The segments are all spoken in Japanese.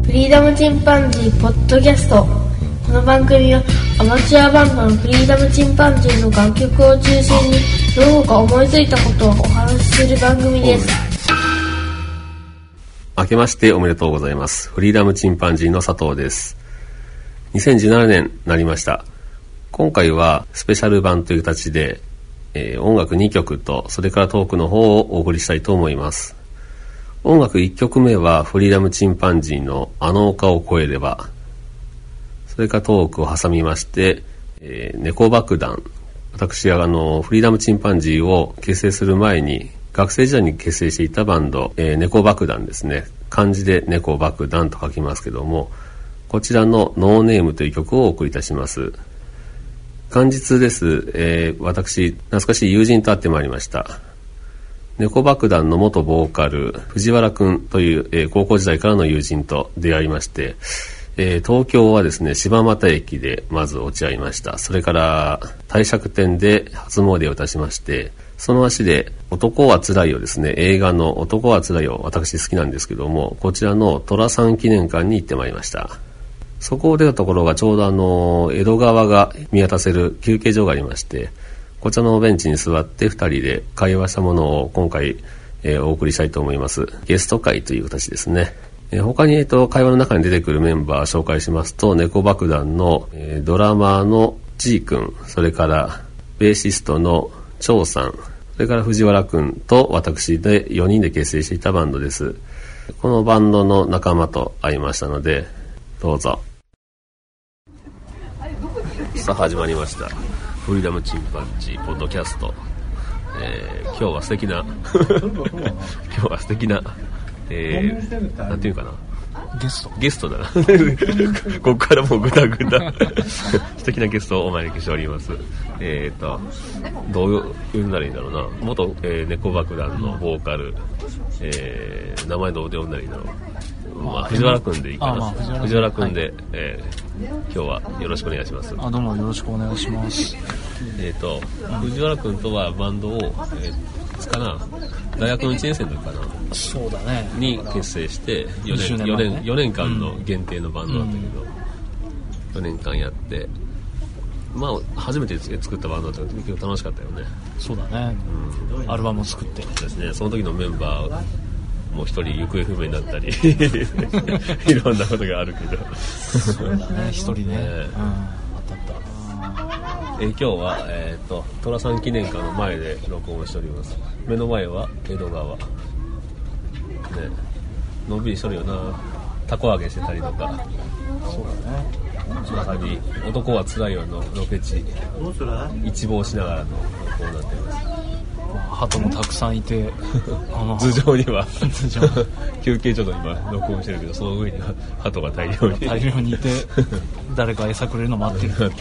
フリーダムチンパンジーポッドキャスト。この番組はアマチュアバンドのフリーダムチンパンジーの楽曲を中心にどうか思いついたことをお話しする番組です。 明けましておめでとうございます。フリーダムチンパンジーの佐藤です。2017年になりました。今回はスペシャル版という形で、音楽2曲とそれからトークの方をお送りしたいと思います。音楽1曲目はフリーダムチンパンジーのあの丘を越えれば、それからトークを挟みまして、猫爆弾。私はフリーダムチンパンジーを結成する前に学生時代に結成していたバンド、猫爆弾ですね。漢字で猫爆弾と書きますけども、こちらのノーネームという曲をお送りいたします。元日です。私、懐かしい友人と会ってまいりました。猫爆弾の元ボーカル、藤原くんという、高校時代からの友人と出会いまして、東京はですね、柴又駅でまず落ち合いました。それから帝釈天で初詣をいたしまして、その足で男はつらいよですね、映画の男はつらいよ、私好きなんですけども、こちらの寅さん記念館に行ってまいりました。そこを出たところがちょうど江戸川が見渡せる休憩所がありまして、こちらのベンチに座って2人で会話したものを今回、お送りしたいと思います。ゲスト会という形ですね。他に会話の中に出てくるメンバー紹介しますと、猫爆弾の、ドラマーの G 君、それからベーシストの張さん、それから藤原君と私で4人で結成していたバンドです。このバンドの仲間と会いましたので、どうぞ。さあ始まりました。フリーダムチンパンジーポッドキャスト。今日は素敵な今日は素敵な、なんていうかな、ゲストだなここからもうグダグダ素敵なゲストをお招きしております。どういうならいいんだろうな、元、猫爆弾のボーカル、名前どう呼んだらいいんだろう、藤原くんでいいかな、藤原くんで、今日はよろしくお願いします。 どうもよろしくお願いします。 藤原くんとはバンドを、いつかな、大学の1年生の時かな、 そうだね、 に結成して4年間の限定のバンドなんだけど、4年間やって、初めて作ったバンドだったけど結構楽しかったよね。 そうだね、アルバムを作ってですね。その時のメンバーもう一人行方不明になったりいろんなことがあるけどそうだね、一人ね、あった今日は、寅さん記念館の前で録音しております。目の前は江戸川、ね、のんびりしとるよな。たこ揚げしてたりとか、 そうだね、 まさに男はつらいよのロケ地一望しながらの録音になっています。 鳩もたくさんいて頭上には休憩所の今録音してるけど、その上には鳩が大量にいて誰か餌くれるの待ってる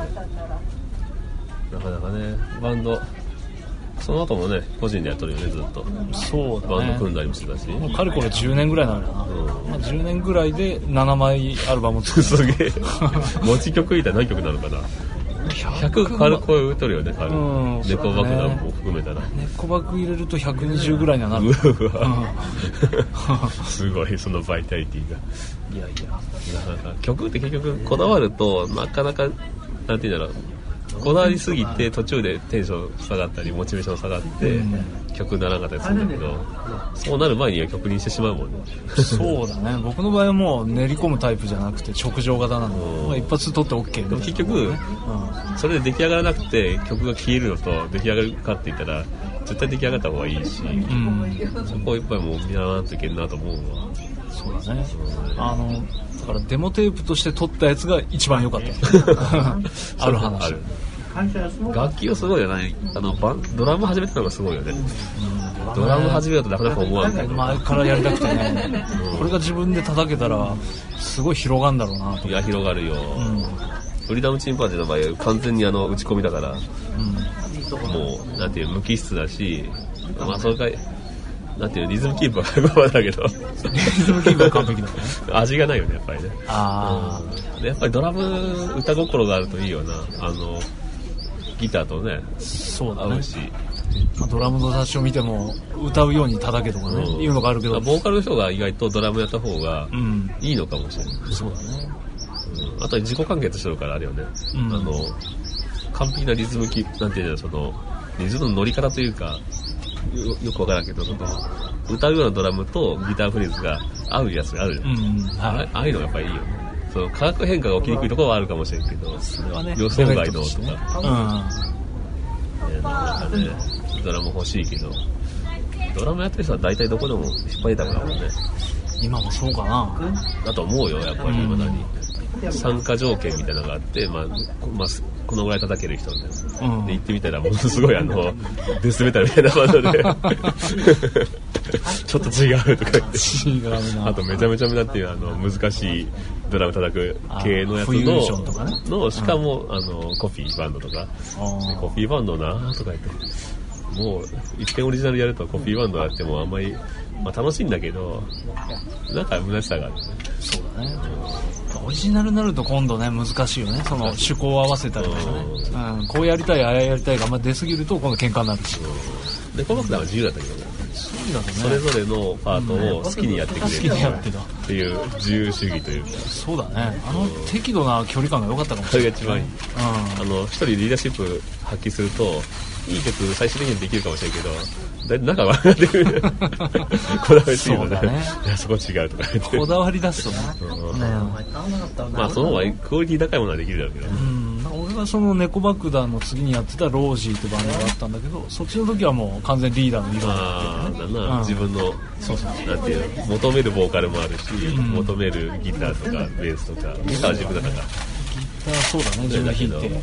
なかなかね、バンドその後もね個人でやっとるよね、ずっと。 そうだね、 バンド組んだりもしてたし、 もうかれこれ10年ぐらいなのかな、10年ぐらいで7枚アルバムを作るすげえ持ち曲いたら何曲なのかな、100軽く超えとるよね、猫爆弾も含めたら。 猫爆入れると120ぐらいにはなるすごい、そのバイタリティが。 いやなかなか曲って結局こだわるとなかなかなんていうんだろう、こだわりすぎて途中でテンション下がったりモチベーション下がって、曲にならなかったりするんだけど、そうなる前には曲にしてしまうもんね。 そうだね、僕の場合はもう練り込むタイプじゃなくて直情型なので、一発撮って OK でも結局、それで出来上がらなくて曲が消えるのと出来上がるかって言ったら絶対出来上がった方がいいし、そこをいっぱいもう見習わないといけんなと思うわ。 そうだね、だからデモテープとして撮ったやつが一番良かったある話。 楽器がすごいよね。ドラム始めたのがすごいよね。ドラム始めようとなかなか思わんけど、 前からやりたくてね、これが自分で叩けたらすごい広がるんだろうなと。 いや広がるよ、フリーダムチンパンジーの場合完全に打ち込みだから、もうなんていう無機質だし、それからなんていうリズムキープはまだだけどリズムキープは完璧だね味がないよね、やっぱりね。やっぱりドラム歌心があるといいよな。ギターとねそうだね、 合うし、 ドラムの雑誌を見ても歌うように叩けとかね、いうのがあるけど、 ボーカルの人が意外とドラムやった方がいいのかもしれない。 そうだね。 あとは自己完結してるからあるよね。完璧なリズムなんていうの、そのリズムの乗り方というかよくわからんけど、歌うようなドラムとギターフレーズが合うやつがあるじゃん。ああいうのがやっぱりいいよね。その化学変化が起きにくいところはあるかもしれんけど、 それはね、 予想外のとか、なんかね、ドラム欲しいけど、ドラムやってる人は大体どこでも引っ張りたくなるもんね。 今もそうかな。 だと思うよ、やっぱり未だに。参加条件みたいなのがあって、このぐらい叩ける人みたいな、で行ってみたらものすごいデスメタルみたいなバンドでちょっと違うとか言って違うな。 あとめちゃめちゃ目立っていう難しいドラム叩く系のやつのしかもコピーバンドとかコピーバンドなとか言ってもう一遍オリジナルやるとコピーバンドやってもあんまり、楽しいんだけどなんか虚しさがあるよね。 そうだね、オリジナルになると今度ね難しいよね。その趣向を合わせたりとかね、こうやりたいああやりたいがあんま出過ぎると今度喧嘩になるし、 でこの子は自由だったけどね、それぞれのパートを好きにやってくれるっていう自由主義というか、 そうだね、適度な距離感が良かったかもしれない。 それが一番いい。一人リーダーシップ発揮するといい曲最終的にできるかもしれんけど、だいたい仲が悪くなってくるこだわりすぎるとね、いやそこ違うとか言ってこだわり出すとね、 その方がクオリティ高いものはできるだろうけど、 俺はその猫爆弾の次にやってたロージーってバンドがあったんだけど、そっちの時はもう完全リーダーの色だったよね。 自分のなんていう求めるボーカルもあるし、求めるギターとかベースとか、ギターは自分だったから、 ギターそうだね、自分で弾いて、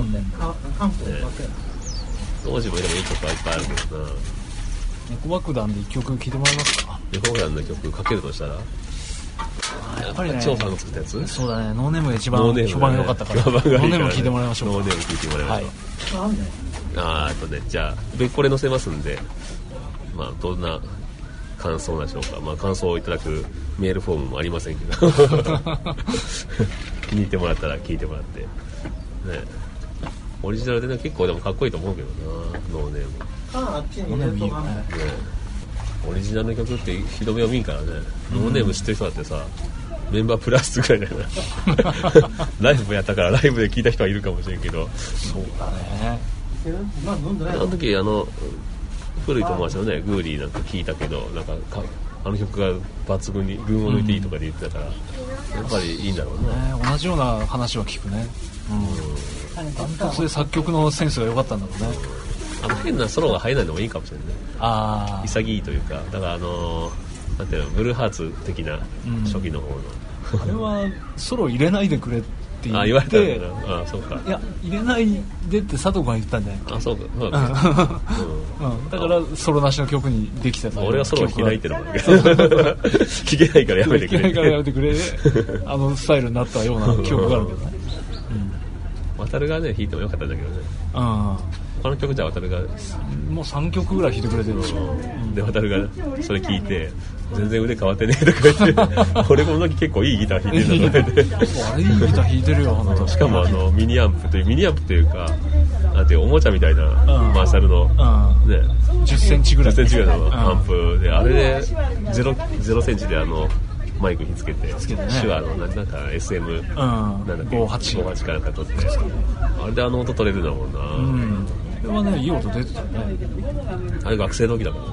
当時もでもいい曲はいっぱいあるけどな。 猫爆弾で一曲聴いてもらえますか。 猫爆弾の曲かけるとしたらやっぱりね、 張さんが作ったやつ。 そうだね、ノーネームが一番評判が良かったから、ノーネーム聴いてもらいましょう。 ノーネーム聴いてもらいましょう。あとね、じゃあ別個で載せますんで、どんな感想なんでしょうか。感想をいただくメールフォームもありませんけど気に入ってもらったら聞いてもらってね。オリジナルでね、結構でもかっこいいと思うけどな、ノーネーム。 ノーネームいいよね。 オリジナルの曲ってひどめを見んからね。ノーネーム知ってる人だってさ、メンバープラスぐらいだからライブやったからライブで聴いた人はいるかもしれんけど。 そうだね。 あの時古い友達のねグーリーなんか聞いたけど、なんかあの曲が抜群に群を抜いていいとかで言ってたから、やっぱりいいんだろうね。 同じような話は聞くね。それ作曲のセンスが良かったんだろうね。 変なソロが入らないのもいいかもしれないね。潔いというか、だからなんていうの、ブルーハーツ的な初期の方の、 あれはソロ入れないでくれって言って、 言われたんだな。そうか。 いや入れないでって佐藤君が言ったんじゃないか。 そうか。 だからソロなしの曲にできてた。 俺はソロ弾けないってのもあるけど弾けないからやめてくれ。 弾けないからやめてくれ。スタイルになったような記憶があるけどね。 渡るがね弾いてもよかったんだけどね。他の曲じゃ渡るがもう3曲ぐらい弾いてくれてるでしょ。 で渡るがそれ聞いて全然腕変わってねえとか言って俺この時結構いいギター弾いてるんだとか言ってあれいいギター弾いてるよ。 しかもミニアンプというかなんていうおもちゃみたいなマーシャルのね 10センチぐらいのアンプで、あれで0センチでマイクにつけて手話なんか SM なんだっけ58かなんか撮ってあれで音取れるんだもんな。 あれはねいい音出てたよね。 あれ学生の時だからね。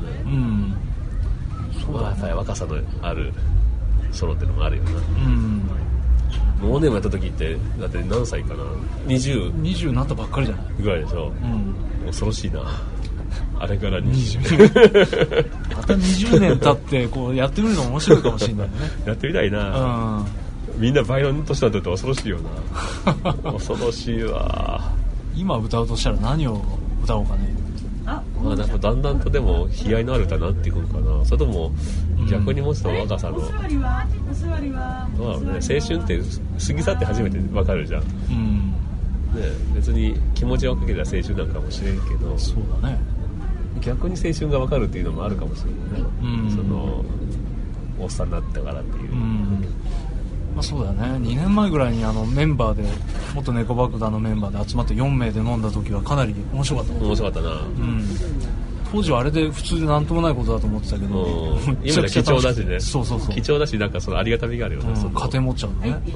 やっぱり若さのあるソロってのもあるよな。ノーネームやった時ってだって何歳かな、20 になったばっかりじゃないぐらいでしょ。恐ろしいな。あれから20 また20年経ってこうやってみるの面白いかもしれないね。 やってみたいな。みんなバイオリンとしてなって恐ろしいよな。恐ろしいわ。 今歌うとしたら何を歌おうかね。 なんかだんだんとでも悲哀のある歌になっていくのかな、それとも逆にもうちょっと若さの、どうだろうね、青春って過ぎ去って初めて分かるじゃん、別に気持ちをかけた青春なんかもしれんけど、 そうだね、 逆に青春が分かるっていうのもあるかもしれないね、そのおっさんになったからっていう、 まあ、そうだよね。2年前ぐらいにメンバーで元猫爆弾のメンバーで集まって4名で飲んだ時はかなり面白かった。 面白かったな。 当時はあれで普通でなんともないことだと思ってたけど、 今で貴重だしね。 そう貴重だし、なんかそのありがたみがあるよね。 家庭持っちゃうね。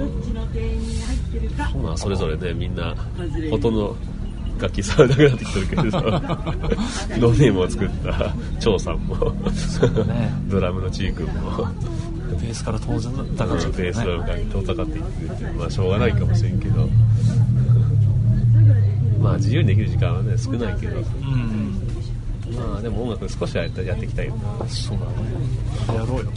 まあそれぞれね、みんなほとんど楽器触らなくなってきてるけどノーネームを作った張さんも、ドラムのチー君もベースから遠ざかって、ね、 ベースから遠ざかっていってるっていう、まあしょうがないかもしれんけどまあ自由にできる時間はね少ないけど、まあでも音楽少しはやっていきたいよな。 そうだね、やろうよ。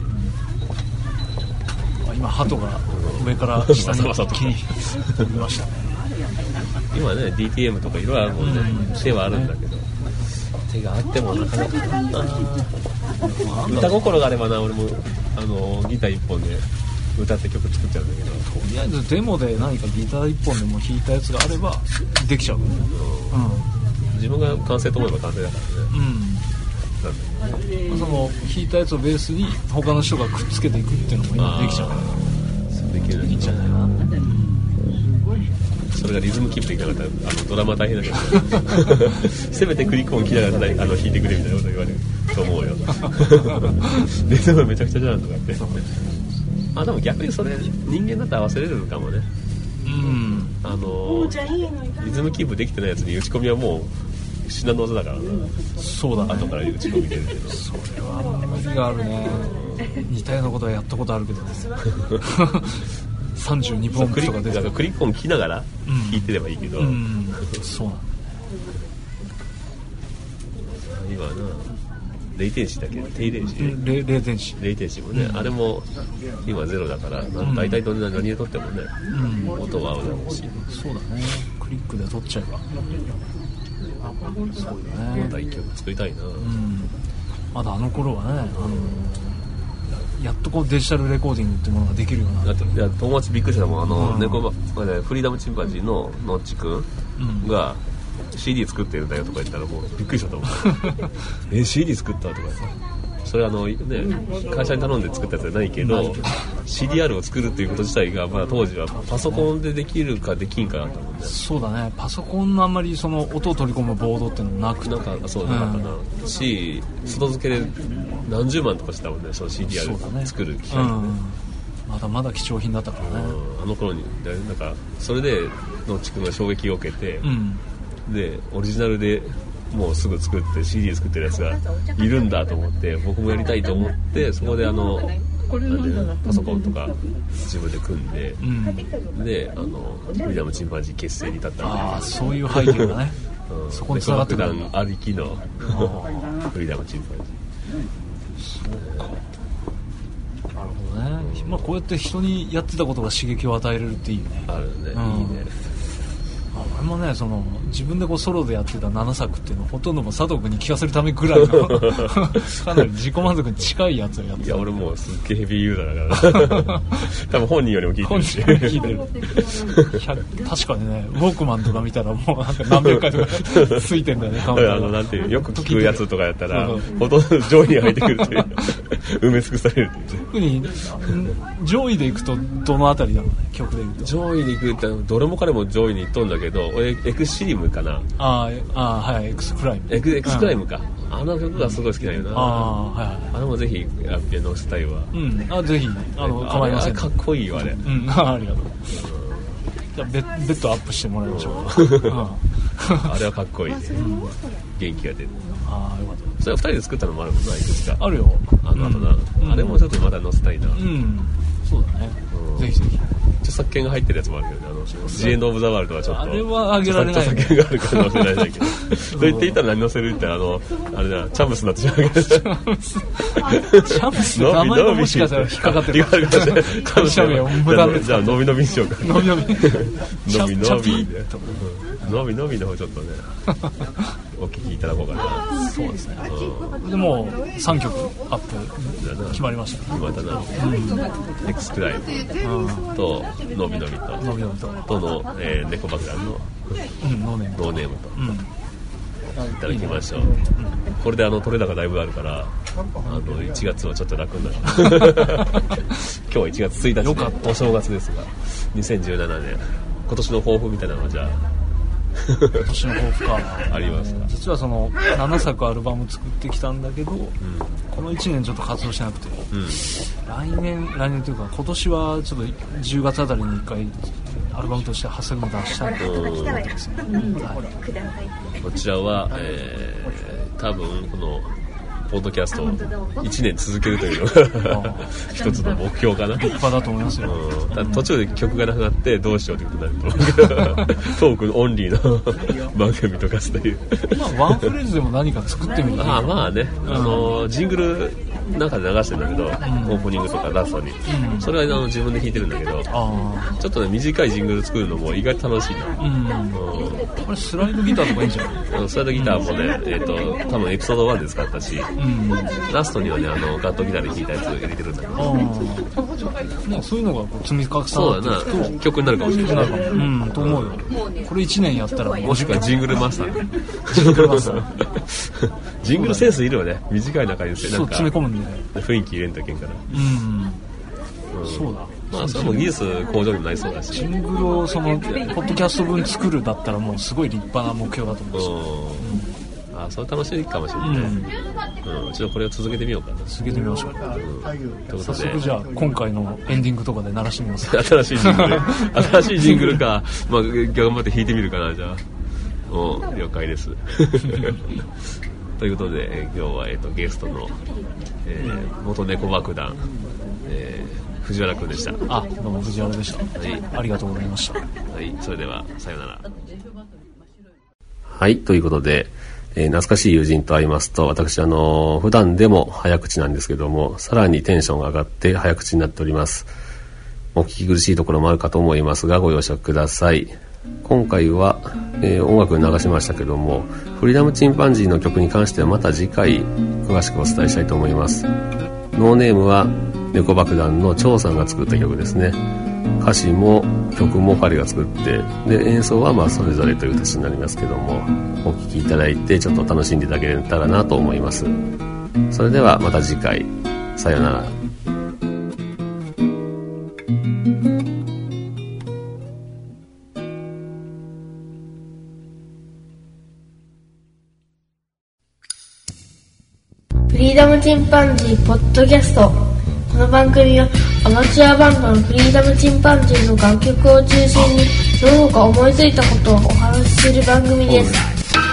今鳩が上から下に一気に見ましたね。 今ね DTM とかいろいろあるもんね、手はあるんだけど、手があってもなかなか歌心があればな、俺もギター一本で歌って曲作っちゃうんだけど、 とりあえずデモで何かギター一本でも弾いたやつがあればできちゃう、 自分が完成と思えば完成だからね。 その弾いたやつをベースに他の人がくっつけていくっていうのも今できちゃうから、 できるんじゃないかな。それがリズムキープできなかったらドラマ大変だけどせめてクリック音聞きながら弾いてくれみたいなこと言われると思うよリズムめちゃくちゃじゃんとかってでも逆にそれ人間だって合わせれるのかもね。リズムキープできてないやつに打ち込みはもう至難の技だからな。 そうだね、 後から打ち込み出るけど、 それは無理があるね。似たようなことはやったことあるけどね32ポンプとか出てクリック音聞きながら弾いてればいいけど、 そうなんだ。 今はなレイテンシだっけ、低遺伝子、 レイテンシレイテンシもね、あれも今ゼロだから大体何で撮ってもね、音は合うだろうし。 そうだね、クリックで撮っちゃえばそうだね。 また一曲作りたいな。 まだあの頃はね、やっとこうデジタルレコーディングってものができるような。 だって友達びっくりしたもん、フリーダムチンパンジーののっちくんが CD 作ってるんだよとか言ったらもうびっくりしたと思うCD 作ったとかさ、それ会社に頼んで作ったやつじゃないけど CDR を作るっていうこと自体がまだ当時はパソコンでできるかできんかなと思うんだよ。 そうだね、パソコンのあんまりその音を取り込むボードっていうのもなくて、 そうなかったな、し外付けで何十万とかしたもんね、その CDR 作る機械、 まだまだ貴重品だったからね、 あの頃になんかそれでのっちくんが衝撃を受けて、でオリジナルでもうすぐ作って CD 作ってるやつがいるんだと思って、僕もやりたいと思って、そこでパソコンとか自分で組んで、でフリーダムチンパンジー結成に至ったんで。 そういう背景がねそこに繋がってくる。 ありきのフリーダムチンパンジー。 そうか、なるほどね。まあこうやって人にやってたことが刺激を与えれるっていいよね。 あるね、いいね。 俺もね、自分でこうソロでやってた7作っていうのはほとんども佐藤君に聞かせるためぐらいのかなり自己満足に近いやつをやってた。 いや俺もうすっげえヘビーユーザーだから多分本人よりも聞いてるし、 聞いてる確かにね、ウォークマンとか見たらもうなんか何百回とかついてんだよねなんていうよく聞くやつとかやったらほとんど上位に入ってくるっていう埋め尽くされるっていう。 特に上位でいくとどのあたりだろうね、曲でいうと。 上位に行くってどれも彼も上位に行っとんだけど、俺エクシリムかな。 はい、エクスクライム。 エクスクライムか、あの曲がすごい好きだよな。あれもぜひピアノスタイルは。 ぜひ構いません。 かっこいいよあれ。 ありがとう。じゃあベッドアップしてもらいましょう。 あれはかっこいい、元気が出る。 よかった。 それは2人で作ったのもあるもんな、いくつかあるよ。 あとな、あれもちょっとまだ載せたいな。 そうだね、ぜひぜひ。 著作権が入ってるやつもあるけどね、ジエンド・オブ・ザ・ワールドはちょっとあれはあげられない、 著作権があるから載せられないけどそう言っていたら何載せるってあれだ、チャムスになってしまうけどチャムス名前がもしかしたら引っかかってる会社名を無断でじゃあのびのびにしようか。 のびのびのびのびでのびのびの方ちょっとねお聞きいただこうかな。 そうですね。でも3曲アップ決まりました。 決まったな。エクスクライムとのびのびとの猫爆弾のノーネームといただきましょう。これで取れ高だいぶあるから1月はちょっと楽になる日は1月1日よかったでお正月ですが、2017年今年の抱負みたいなのはじゃあ今年の抱負かありますか？ 実はその7作アルバム作ってきたんだけど、この1年ちょっと活動してなくて、来年というか今年はちょっと10月あたりに1回アルバムとして8作目出したいと思ってますね。 こちらは、多分このポッドキャストを1年続けるというのが一つの目標かな。 立派だと思いますよ。 ただ途中で曲がなくなってどうしようということになると思うけどトークオンリーの番組とかそういうワンフレーズでも何か作ってみるとまあね、ジングルなんかで流してるんだけど、オープニングとかラストに、それは自分で弾いてるんだけど、ちょっとね短いジングル作るのも意外と楽しいな。 これスライドギターとかいいんじゃない？ スライドギターもね、多分エピソード1で使ったし、ラストにはねガットギターで弾いたやつを入れてるんだけど、 もうそういうのがこう積み重なっていくそうだな、曲になるかもしれない。 と思うよ。これ1年やったらもしくはジングルマスターね。ジングルセンスいるよね。短い中にそう詰め込むんで雰囲気入れんといけんから。 そうだ。 まあそれも技術向上にもなりそうだし。 ジングルをそのポッドキャスト分作るだったらもうすごい立派な目標だと思うんですよ。 それ楽しいかもしれないね。ちょっとこれを続けてみようかな。 続けてみましょう。早速じゃあ今回のエンディングとかで鳴らしてみます。 新しいジングル。新しいジングルか。まあ頑張って弾いてみるかなじゃあ。了解です。ということで今日はゲストの元猫爆弾藤原くんでした。 どうも藤原でした。はい、ありがとうございました。 はい、それではさようなら。はい、ということで、懐かしい友人と会いますと、私普段でも早口なんですけども、さらにテンションが上がって早口になっております。お聞き苦しいところもあるかと思いますがご容赦ください。今回は、音楽流しましたけども、フリーダムチンパンジーの曲に関してはまた次回詳しくお伝えしたいと思います。ノーネームは猫爆弾の張さんが作った曲ですね。歌詞も曲も彼が作って、で演奏はまあそれぞれという形になりますけども、お聴きいただいてちょっと楽しんでいただけたらなと思います。それではまた次回、さようなら。 フリーダムチンパンジーポッドキャスト。この番組はアマチュアバンドのフリーダムチンパンジーの楽曲を中心にどうか思いついたことをお話しする番組です。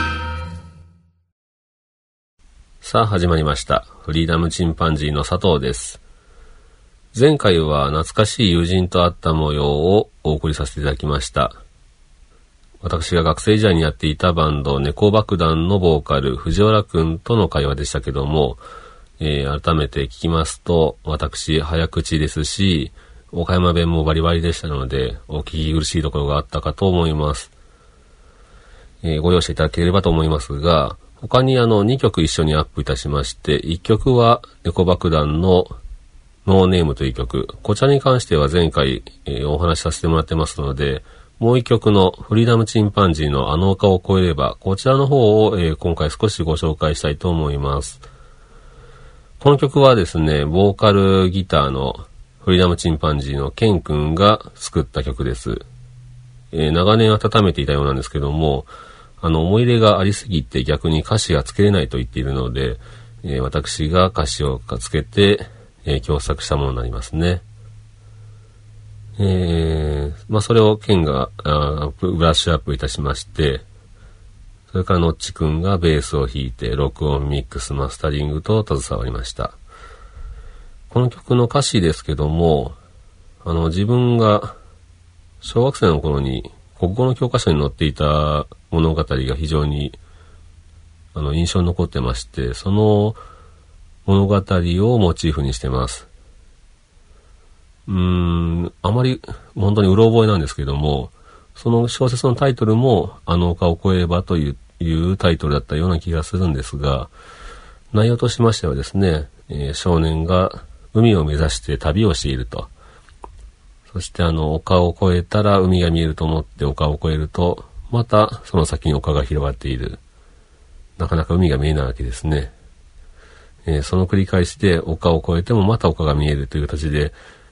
さあ始まりました。フリーダムチンパンジーの佐藤です。前回は懐かしい友人と会った模様をお送りさせていただきました。私が学生時代にやっていたバンド猫爆弾のボーカル藤原くんとの会話でしたけども、改めて聞きますと、私早口ですし、岡山弁もバリバリでしたので、お聞き苦しいところがあったかと思います。ご容赦いただければと思いますが、他に2曲一緒にアップいたしまして、1曲は猫爆弾のノーネームという曲、こちらに関しては前回、お話しさせてもらってますので、もう1曲のフリーダムチンパンジーの丘を越えれば、こちらの方を、今回少しご紹介したいと思います。この曲はですね、ボーカルギターのフリーダムチンパンジーのケン君が作った曲です。長年温めていたようなんですけども、思い入れがありすぎて逆に歌詞がつけれないと言っているので、私が歌詞をつけて、共作したものになりますね。それをケンがブラッシュアップいたしまして、それからノッチ君がベースを弾いて録音、ミックス、マスタリングと携わりました。この曲の歌詞ですけども、自分が小学生の頃に国語の教科書に載っていた物語が非常に印象に残ってまして、その物語をモチーフにしてます。あまり本当にうろ覚えなんですけども、その小説のタイトルも丘を越えればというタイトルだったような気がするんですが、内容としましてはですね、少年が海を目指して旅をしていると。そして丘を越えたら海が見えると思って丘を越えると、またその先に丘が広がっている。なかなか海が見えないわけですね。その繰り返しで丘を越えてもまた丘が見えるという形で、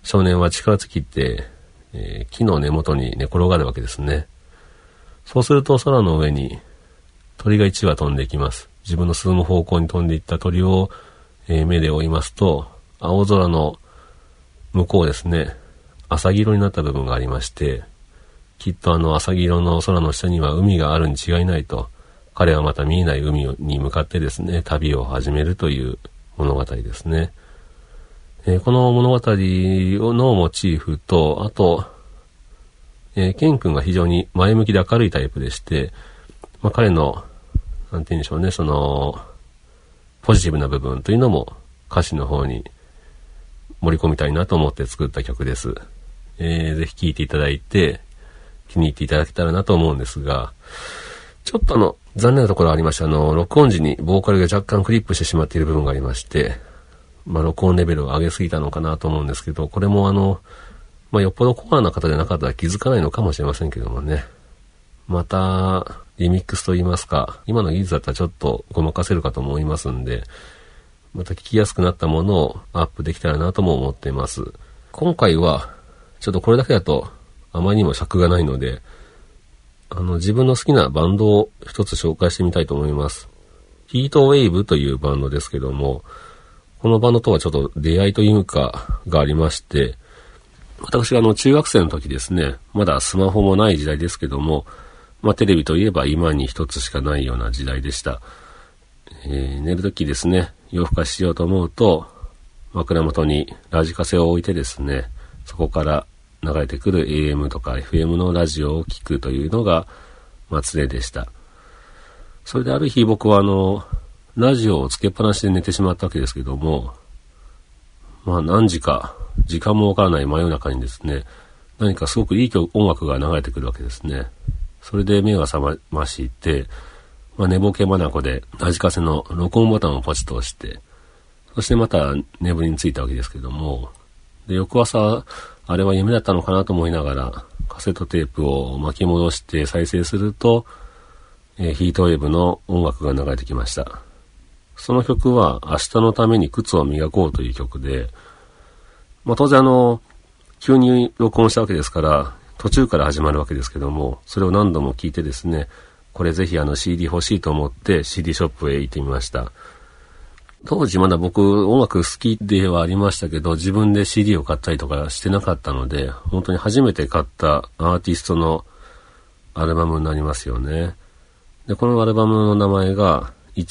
少年は力尽きて、木の根元に寝転がるわけですね。そうすると空の上に鳥が1羽飛んでいきます。自分の進む方向に飛んでいった鳥を、目で追いますと、青空の向こうですね、浅黄色になった部分がありまして、きっと浅黄色の空の下には海があるに違いないと、彼はまた見えない海に向かってですね、旅を始めるという物語ですね。この物語のモチーフと、あと、ケン君が非常に前向きで明るいタイプでして、彼の、なんて言うんでしょうね、ポジティブな部分というのも歌詞の方に盛り込みたいなと思って作った曲です。ぜひ聴いていただいて、気に入っていただけたらなと思うんですが、ちょっと残念なところがありまして、録音時にボーカルが若干クリップしてしまっている部分がありまして、録音レベルを上げすぎたのかなと思うんですけど、これもよっぽどコアな方でなかったら気づかないのかもしれませんけどもね。また、リミックスと言いますか、今の技術だったらちょっとごまかせるかと思いますんで、また聞きやすくなったものをアップできたらなとも思っています。今回は、ちょっとこれだけだとあまりにも尺がないので、自分の好きなバンドを一つ紹介してみたいと思います。ヒートウェイブというバンドですけども、このバンドとはちょっと出会いというかがありまして、私が中学生の時ですね、まだスマホもない時代ですけども、テレビといえば今に一つしかないような時代でした。寝る時ですね、夜更かししようと思うと、枕元にラジカセを置いてですね、そこから流れてくる AM とか FM のラジオを聞くというのが、常でした。それである日僕はラジオをつけっぱなしで寝てしまったわけですけども、何時か、時間もわからない真夜中にですね、何かすごくいい音楽が流れてくるわけですね。それで目が覚まして、寝ぼけ眼でラジカセの録音ボタンをポチッと押して、そしてまた眠りについたわけですけども、で、翌朝、あれは夢だったのかなと思いながら、カセットテープを巻き戻して再生すると、ヒートウェーブの音楽が流れてきました。その曲は、明日のために靴を磨こうという曲で、当然急に録音したわけですから、途中から始まるわけですけども、それを何度も聞いてですね、これぜひCD 欲しいと思って CD ショップへ行ってみました。当時まだ僕音楽好きではありましたけど、自分で CD を買ったりとかしてなかったので、本当に初めて買ったアーティストのアルバムになりますよね。で、このアルバムの名前が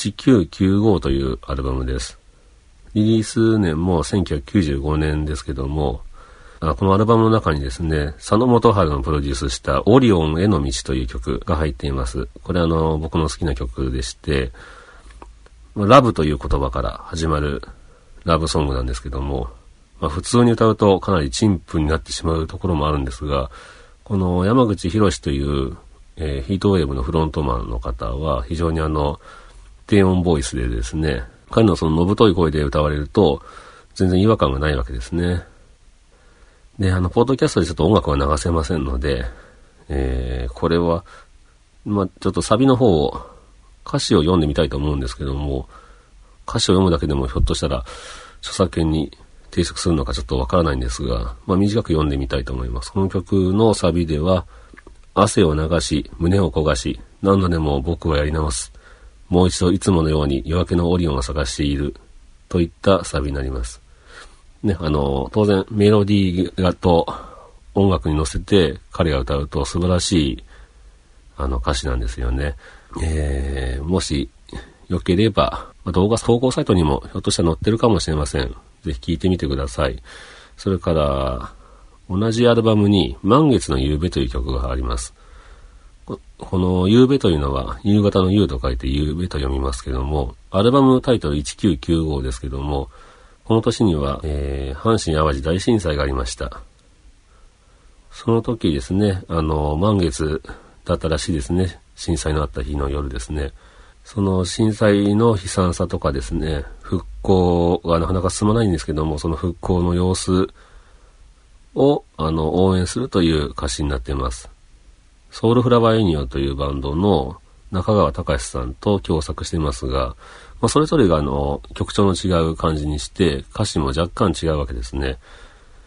1995というアルバムです。リリース年も1995年ですけども、このアルバムの中にですね、佐野元春のプロデュースしたオリオンへの道という曲が入っています。これ僕の好きな曲でして、ラブという言葉から始まるラブソングなんですけども、普通に歌うとかなり陳腐になってしまうところもあるんですが、この山口博という、ヒートウェーブのフロントマンの方は非常に低音ボイスでですね、彼ののぶとい声で歌われると全然違和感がないわけですね。で、ポッドキャストでちょっと音楽は流せませんので、これは、ちょっとサビの方を、歌詞を読んでみたいと思うんですけども、歌詞を読むだけでもひょっとしたら、著作権に抵触するのかちょっとわからないんですが、短く読んでみたいと思います。この曲のサビでは、汗を流し、胸を焦がし、何度でも僕はやり直す。もう一度いつものように夜明けのオリオンを探している。といったサビになります。ね、当然メロディーと音楽に乗せて彼が歌うと素晴らしい歌詞なんですよね。もしよければ、動画投稿サイトにもひょっとしたら載ってるかもしれません。ぜひ聴いてみてください。それから同じアルバムに満月の夕べという曲があります。この夕べというのは夕方の夕と書いて夕べと読みますけども、アルバムタイトル1995ですけども、この年には、阪神淡路大震災がありました。その時ですね、満月だったらしいですね。震災のあった日の夜ですね。その震災の悲惨さとかですね、復興がなかなか進まないんですけども、その復興の様子を応援するという歌詞になっています。ソウルフラワーユニオンというバンドの中川隆さんと共作していますが、それぞれが曲調の違う感じにして歌詞も若干違うわけですね。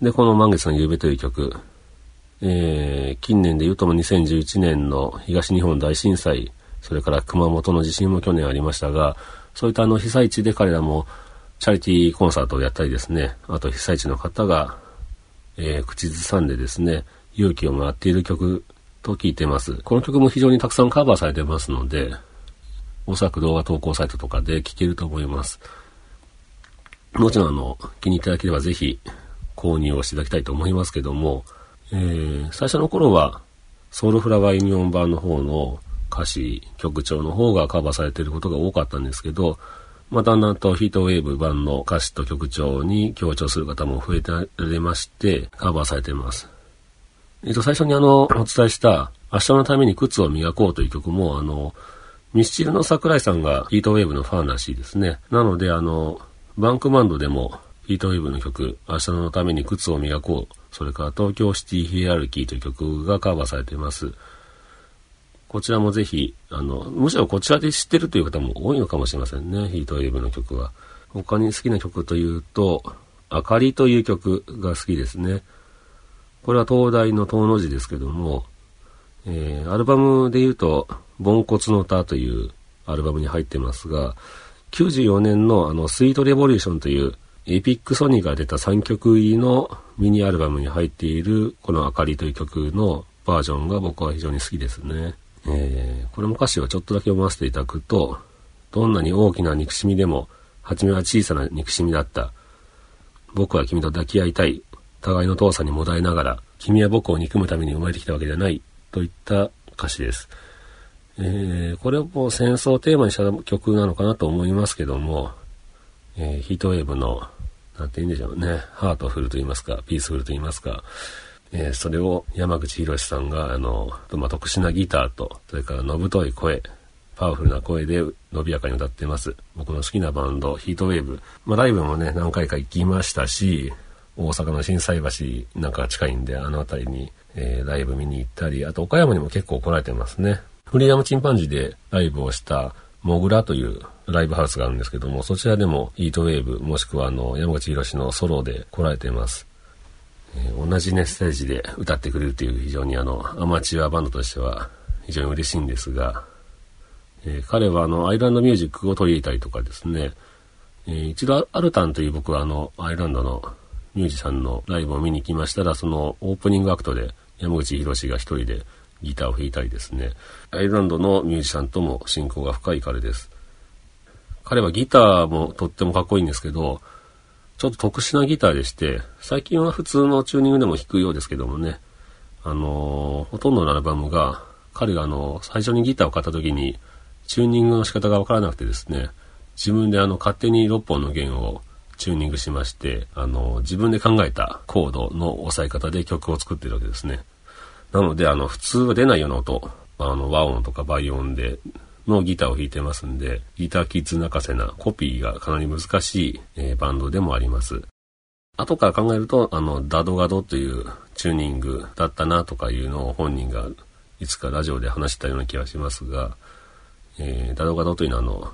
で、この満月の夕べという曲、近年で言うとも2011年の東日本大震災、それから熊本の地震も去年ありましたが、そういった被災地で彼らもチャリティーコンサートをやったりですね、あと被災地の方が、口ずさんでですね、勇気をもらっている曲と聞いてます。この曲も非常にたくさんカバーされてますので、おそらく動画投稿サイトとかで聴けると思います。もちろん気に入っていただければぜひ購入をしていただきたいと思いますけども、最初の頃はソウルフラワーユニオン版の方の歌詞、曲調の方がカバーされていることが多かったんですけど、だんだんとヒートウェーブ版の歌詞と曲調に強調する方も増えてられまして、カバーされています。最初にお伝えした明日のために靴を磨こうという曲もミスチルの桜井さんがヒートウェーブのファンらしいですね。なのでバンクバンドでもヒートウェーブの曲、明日のために靴を磨こう、それから東京シティヒエラルキーという曲がカバーされています。こちらもぜひ、むしろこちらで知ってるという方も多いのかもしれませんね、ヒートウェーブの曲は。他に好きな曲というと、あかりという曲が好きですね。これは東大の東の字ですけども、アルバムで言うと、ボンコツの歌というアルバムに入ってますが、94年のスイートレボリューションというエピックソニーが出た3曲入りのミニアルバムに入っているこのあかりという曲のバージョンが僕は非常に好きですね。これも歌詞をちょっとだけ読ませていただくと、どんなに大きな憎しみでも初めは小さな憎しみだった。僕は君と抱き合いたい。互いの遠さにもだえながら、君は僕を憎むために生まれてきたわけではない。といった歌詞です。これをもう戦争をテーマにした曲なのかなと思いますけども、ヒートウェーブの、なんて言うんでしょうね、ハートフルと言いますか、ピースフルと言いますか、それを山口博さんが、特殊なギターと、それからのぶとい声、パワフルな声で伸びやかに歌ってます。僕の好きなバンド、ヒートウェーブ。ライブもね、何回か行きましたし、大阪の心斎橋なんか近いんで、辺りに、ライブ見に行ったり、あと岡山にも結構来られてますね。フリーダムチンパンジーでライブをしたモグラというライブハウスがあるんですけども、そちらでもヒートウェーブもしくは山口博のソロで来られています。同じねステージで歌ってくれるという非常にアマチュアバンドとしては非常に嬉しいんですが、彼はアイランドミュージックを取り入れたりとかですね、一度アルタンという僕はアイランドのミュージシャンのライブを見に来ましたら、そのオープニングアクトで山口博が一人でギターを弾いたりですね、アイルランドのミュージシャンとも親交が深い彼です。彼はギターもとってもかっこいいんですけど、ちょっと特殊なギターでして、最近は普通のチューニングでも弾くようですけどもね、ほとんどのアルバムが彼が最初にギターを買った時にチューニングの仕方がわからなくてですね、自分で勝手に6本の弦をチューニングしまして、自分で考えたコードの押さえ方で曲を作っているわけですね。なので普通は出ないような音、和音とか倍音でのギターを弾いてますんで、ギターキッズ泣かせなコピーがかなり難しい、バンドでもあります。後から考えるとダドガドというチューニングだったなとかいうのを本人がいつかラジオで話したような気がしますが、ダドガドというのは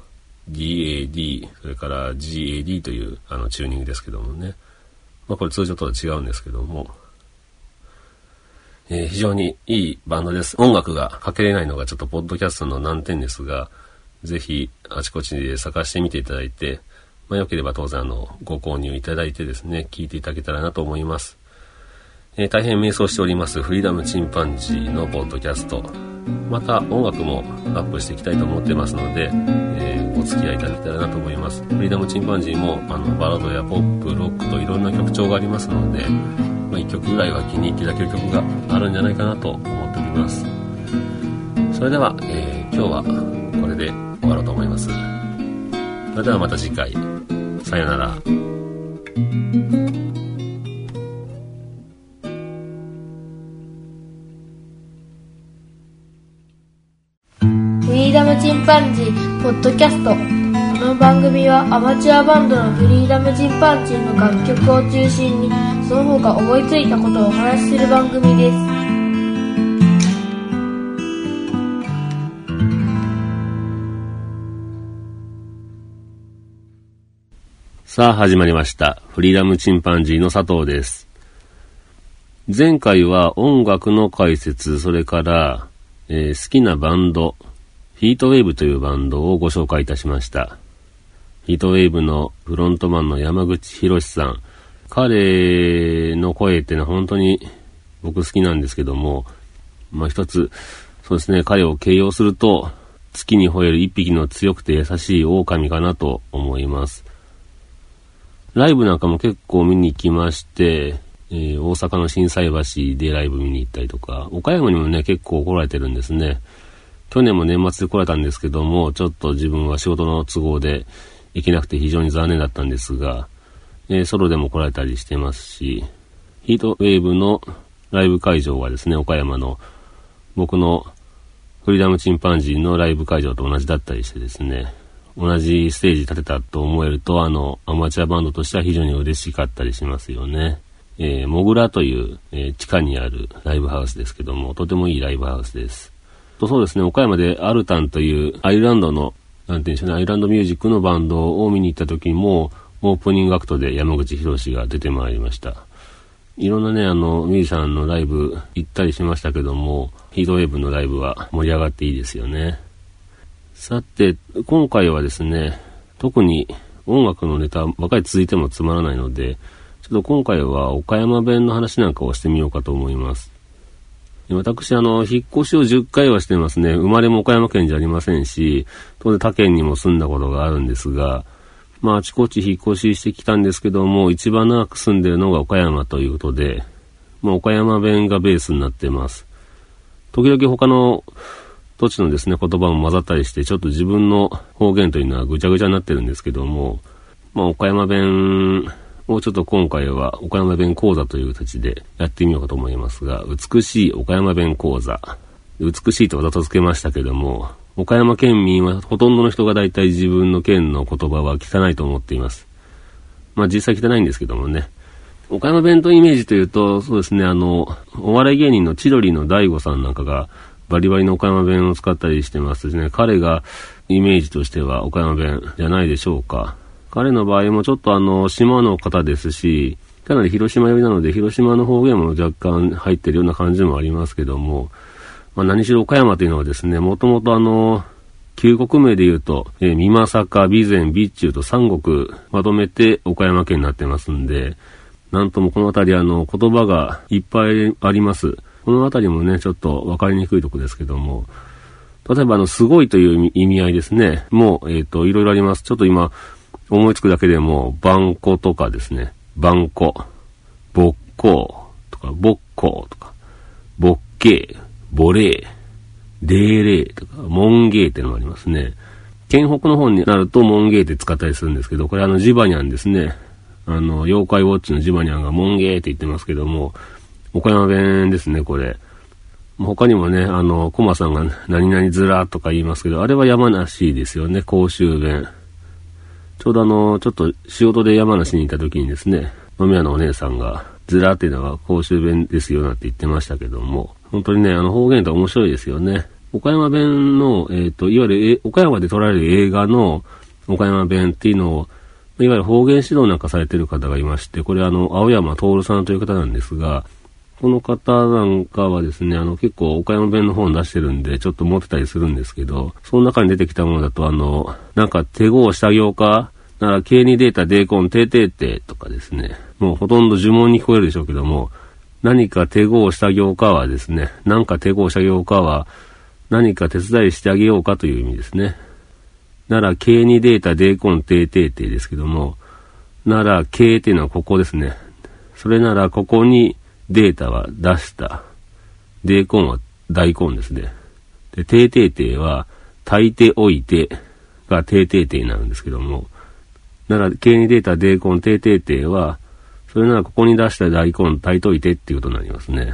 DAD それから GAD というチューニングですけどもね、これ通常とは違うんですけども、非常にいいバンドです。音楽がかけれないのがちょっとポッドキャストの難点ですが、ぜひあちこちで探してみていただいて、良ければ当然ご購入いただいてですね、聞いていただけたらなと思います。大変迷走しておりますフリーダムチンパンジーのポッドキャスト、また音楽もアップしていきたいと思ってますので、お付き合いいただけたらなと思います。フリーダムチンパンジーもバラードやポップ、ロックといろんな曲調がありますので、1曲ぐらいは気に入っていただける曲があるんじゃないかなと思っております。それでは、今日はこれで終わろうと思います。それではまた次回、さよなら。 フリーダムチンパンジーポッドキャスト。この番組はアマチュアバンドのフリーダムチンパンジーの楽曲を中心に、その他思いついたことをお話しする番組です。 さあ始まりました。フリーダムチンパンジーの佐藤です。 前回は音楽の解説、それから、好きなバンド、ヒートウェーブというバンドをご紹介いたしました。ヒートウェーブのフロントマンの山口博さん。彼の声っていうのは本当に僕好きなんですけども、一つ、そうですね、彼を形容すると、月に吠える一匹の強くて優しい狼かなと思います。ライブなんかも結構見に行きまして、大阪の心斎橋でライブ見に行ったりとか、岡山にもね、結構来られてるんですね。去年も年末で来られたんですけども、ちょっと自分は仕事の都合で行けなくて非常に残念だったんですが、ソロでも来られたりしてますし、ヒートウェーブのライブ会場はですね、岡山の僕のフリーダムチンパンジーのライブ会場と同じだったりしてですね、同じステージ立てたと思えると、アマチュアバンドとしては非常に嬉しかったりしますよね。モグラという、地下にあるライブハウスですけども、とてもいいライブハウスです。そうですね、岡山でアルタンというアイルランドの、なんていうんでしょうね、アイルランドミュージックのバンドを見に行った時も、オープニングアクトで山口博が出てまいりました。いろんなね、ミュージシャンのライブ行ったりしましたけども、ヒートウェーブのライブは盛り上がっていいですよね。さて、今回はですね、特に音楽のネタばかり続いてもつまらないので、ちょっと今回は岡山弁の話なんかをしてみようかと思います。私、引っ越しを10回はしてますね。生まれも岡山県じゃありませんし、当然他県にも住んだことがあるんですが、あちこち引っ越ししてきたんですけども、一番長く住んでいるのが岡山ということで、岡山弁がベースになっています。時々他の土地のですね、言葉も混ざったりして、ちょっと自分の方言というのはぐちゃぐちゃになってるんですけども、岡山弁をちょっと今回は岡山弁講座という形でやってみようかと思いますが、美しい岡山弁講座。美しいとわざとつけましたけども、岡山県民はほとんどの人が大体自分の県の言葉は汚いと思っています。実際汚いんですけどもね。岡山弁とイメージというと、そうですね、お笑い芸人の千鳥の大悟さんなんかがバリバリの岡山弁を使ったりしてますね。彼がイメージとしては岡山弁じゃないでしょうか。彼の場合もちょっと島の方ですし、かなり広島寄りなので、広島の方言も若干入ってるような感じもありますけども、何しろ岡山というのはですね、もともと旧国名で言うと、美作、備前、備中と三国まとめて岡山県になってますんで、なんともこの辺り言葉がいっぱいあります。この辺りもね、ちょっとわかりにくいとこですけども、例えばすごいという意味合いですね。もう、いろいろあります。ちょっと今、思いつくだけでも、バンコとかですね、バンコ、ボッコーとか、ボッコーとか、ボッケー、ボレー、デーレーとか、モンゲーってのもありますね。県北の方になるとモンゲーって使ったりするんですけど、これジバニャンですね。妖怪ウォッチのジバニャンがモンゲーって言ってますけども、岡山弁ですね、これ。他にもね、コマさんが何々ずらとか言いますけど、あれは山梨ですよね、甲州弁。ちょうどちょっと仕事で山梨にいた時にですね、飲み屋のお姉さんが、ずらっていうのは甲州弁ですよなんて言ってましたけども、本当にね、方言って面白いですよね。岡山弁の、いわゆる岡山で撮られる映画の岡山弁っていうのを、いわゆる方言指導なんかされてる方がいまして、これ青山徹さんという方なんですが、この方なんかはですね、結構岡山弁の本出してるんで、ちょっと持ってたりするんですけど、その中に出てきたものだと、なんか手合した行か、なら、K2 データ、デーコン、テーテーテとかですね、もうほとんど呪文に聞こえるでしょうけども、何か手合した行かはですね、なんか手合した行かは、何か手伝いしてあげようかという意味ですね。なら、K2 データ、デーコン、テーテーテですけども、なら、K っていうのはここですね。それなら、ここにデータは出した。デーコンは大根ですね。で、テーテーテは、炊いておいてがテーテーテになるんですけども、なら、K2 データ、デーコン、テーテーテは、それならここに出した大根炊いといてっていうことになりますね。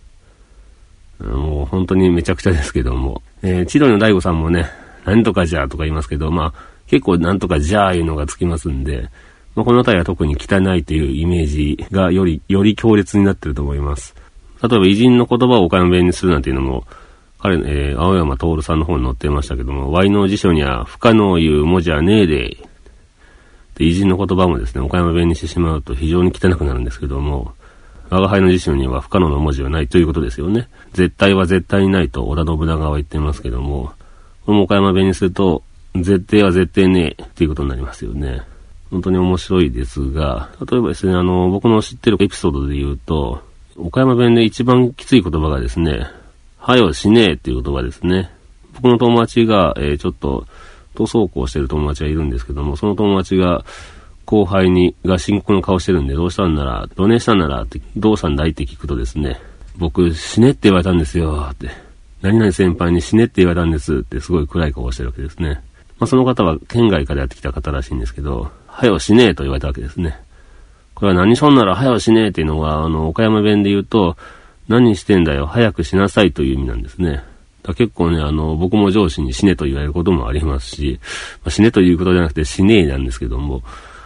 もう本当にめちゃくちゃですけども。千鳥の大悟さんもね、なんとかじゃーとか言いますけど、結構なんとかじゃーいうのがつきますんで、この辺りは特に汚いというイメージがより強烈になってると思います。例えば偉人の言葉を岡山弁にするなんていうのも、彼、青山徹さんの方に載ってましたけども、Yの辞書には不可能いう文字はねえで、偉人の言葉もですね、岡山弁にしてしまうと非常に汚くなるんですけども、 我が輩の自身には不可能な文字はないということですよね。絶対は絶対にないと織田信長は言ってますけども、この岡山弁にすると、絶対は絶対ねえっていうことになりますよね。本当に面白いですが、例えばですね、僕の知ってるエピソードで言うと、岡山弁で一番きつい言葉がですね、はよしねえっていう言葉ですね。僕の友達が、ちょっと、塗装工してる友達がいるんですけども、その友達が、後輩が深刻な顔してるんで、どうしたんなら、どねしたんならって、どうしたんだいって聞くとですね、僕、死ねって言われたんですよって、何々先輩に死ねって言われたんですってすごい暗い顔をしてるわけですね。その方は県外からやってきた方らしいんですけど、はよしねえと言われたわけですね。これは何しょんならはよしねえっていうのが、岡山弁で言うと、何してんだよ、早くしなさいという意味なんですね。結構ね、僕も上司に死ねと言われることもありますし、死ねということじゃなくて死ねえなんですけども、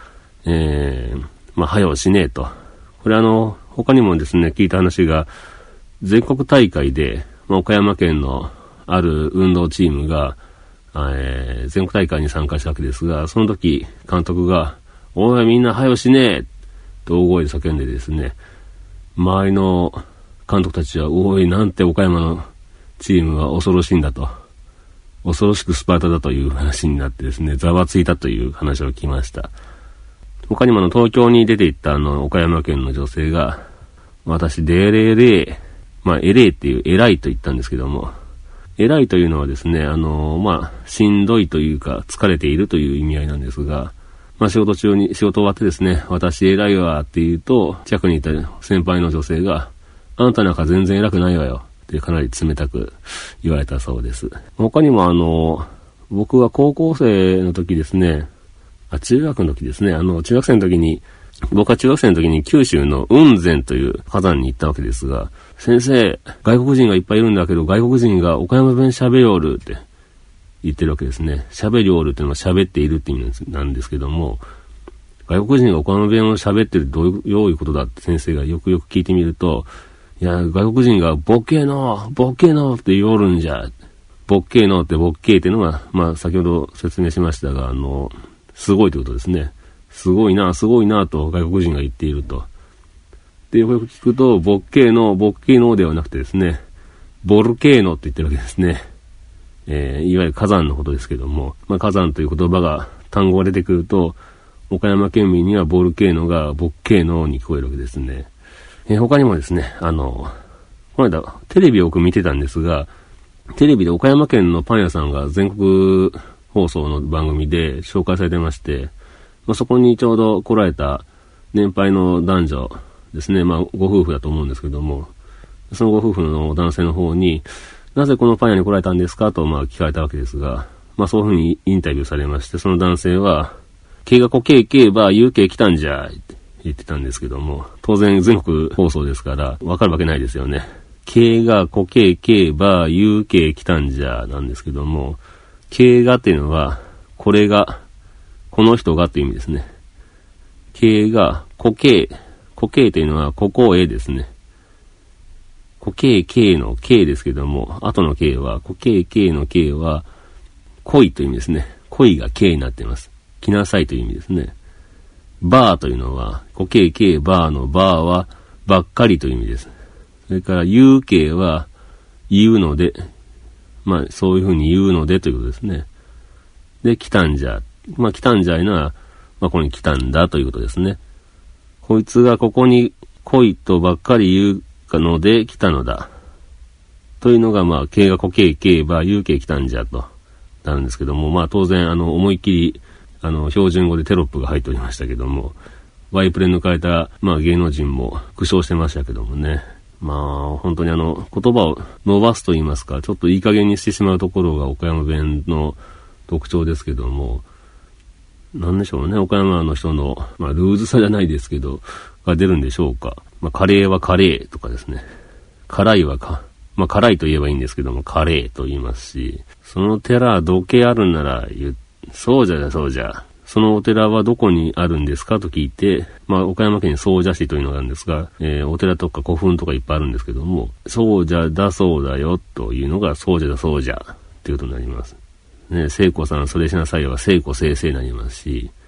はよしねえと。これ他にもですね、聞いた話が、全国大会で、岡山県のある運動チームが、全国大会に参加したわけですが、その時、監督が、おいみんなはよしねえと大声で叫んでですね、周りの監督たちは、おいなんて岡山のチームは恐ろしいんだと、恐ろしくスパルタだという話になってですね、ざわついたという話を聞きました。他にも東京に出て行った岡山県の女性が、私でれれ、えれっていう偉いと言ったんですけども、偉いというのはですね、しんどいというか疲れているという意味合いなんですが、仕事中に仕事終わってですね、私偉いわって言うと、近くにいた先輩の女性が、あんたなんか全然偉くないわよってかなり冷たく言われたそうです。他にも僕は高校生の時ですね、中学の時ですね、中学生の時に、僕は中学生の時に九州の雲仙という火山に行ったわけですが、先生、外国人がいっぱいいるんだけど、外国人が岡山弁喋りおるって言ってるわけですね。喋りおるっていうのは喋っているって意味なんですけども、外国人が岡山弁を喋ってるどういうことだって先生がよくよく聞いてみると、いや、外国人がボッケーノって言おるんじゃ。ボッケーノってボッケーっていうのが、先ほど説明しましたが、すごいということですね。すごいなと外国人が言っていると。で、よく聞くと、ボッケーノではなくてですね、ボルケーノって言ってるわけですね。いわゆる火山のことですけども、火山という言葉が、単語が出てくると、岡山県民にはボルケーノがボッケーノに聞こえるわけですね。他にもですね、この間、テレビをよく見てたんですが、テレビで岡山県のパン屋さんが全国放送の番組で紹介されてまして、そこにちょうど来られた年配の男女ですね、ご夫婦だと思うんですけども、そのご夫婦の男性の方に、なぜこのパン屋に来られたんですかと聞かれたわけですが、そういうふうにインタビューされまして、その男性は、けがこけいけば言うけ来たんじゃ、って言ってたんですけども、当然全国放送ですから、わかるわけないですよね。けがこけいけば言うけ来たんじゃ、なんですけども、けがっていうのは、これが、この人がっていう意味ですね。けが、こけというのは、ここへですね。こけのけですけども、後のけは、こけのけは、恋という意味ですね。恋がけになっています。来なさいという意味ですね。バーというのは、こけバーのバーは、ばっかりという意味です。それから、言うけは、言うので、そういうふうに言うのでということですね。で、来たんじゃ。来たんじゃいのは、ここに来たんだということですね。こいつがここに来いとばっかり言うので来たのだ。というのが、けがこけば言うけ来たんじゃとなるんですけども、当然、思いっきり、標準語でテロップが入っておりましたけども、ワイプレ抜かれた、芸能人も苦笑してましたけどもね。本当に言葉を伸ばすと言いますか、ちょっといい加減にしてしまうところが岡山弁の特徴ですけども、なんでしょうね、岡山の人の、ルーズさじゃないですけど、が出るんでしょうか。カレーはカレーとかですね。辛いは辛いと言えばいいんですけども、カレーと言いますし、その寺どけあるならそうじゃ。そのお寺はどこにあるんですかと聞いて、岡山県に総社市というのがあるんですが、お寺とか古墳とかいっぱいあるんですけども、そうじゃだそうだよというのがそうじゃだそうじゃっていうことになります。ね、聖子さんそれしなさいは聖子聖々になりますし、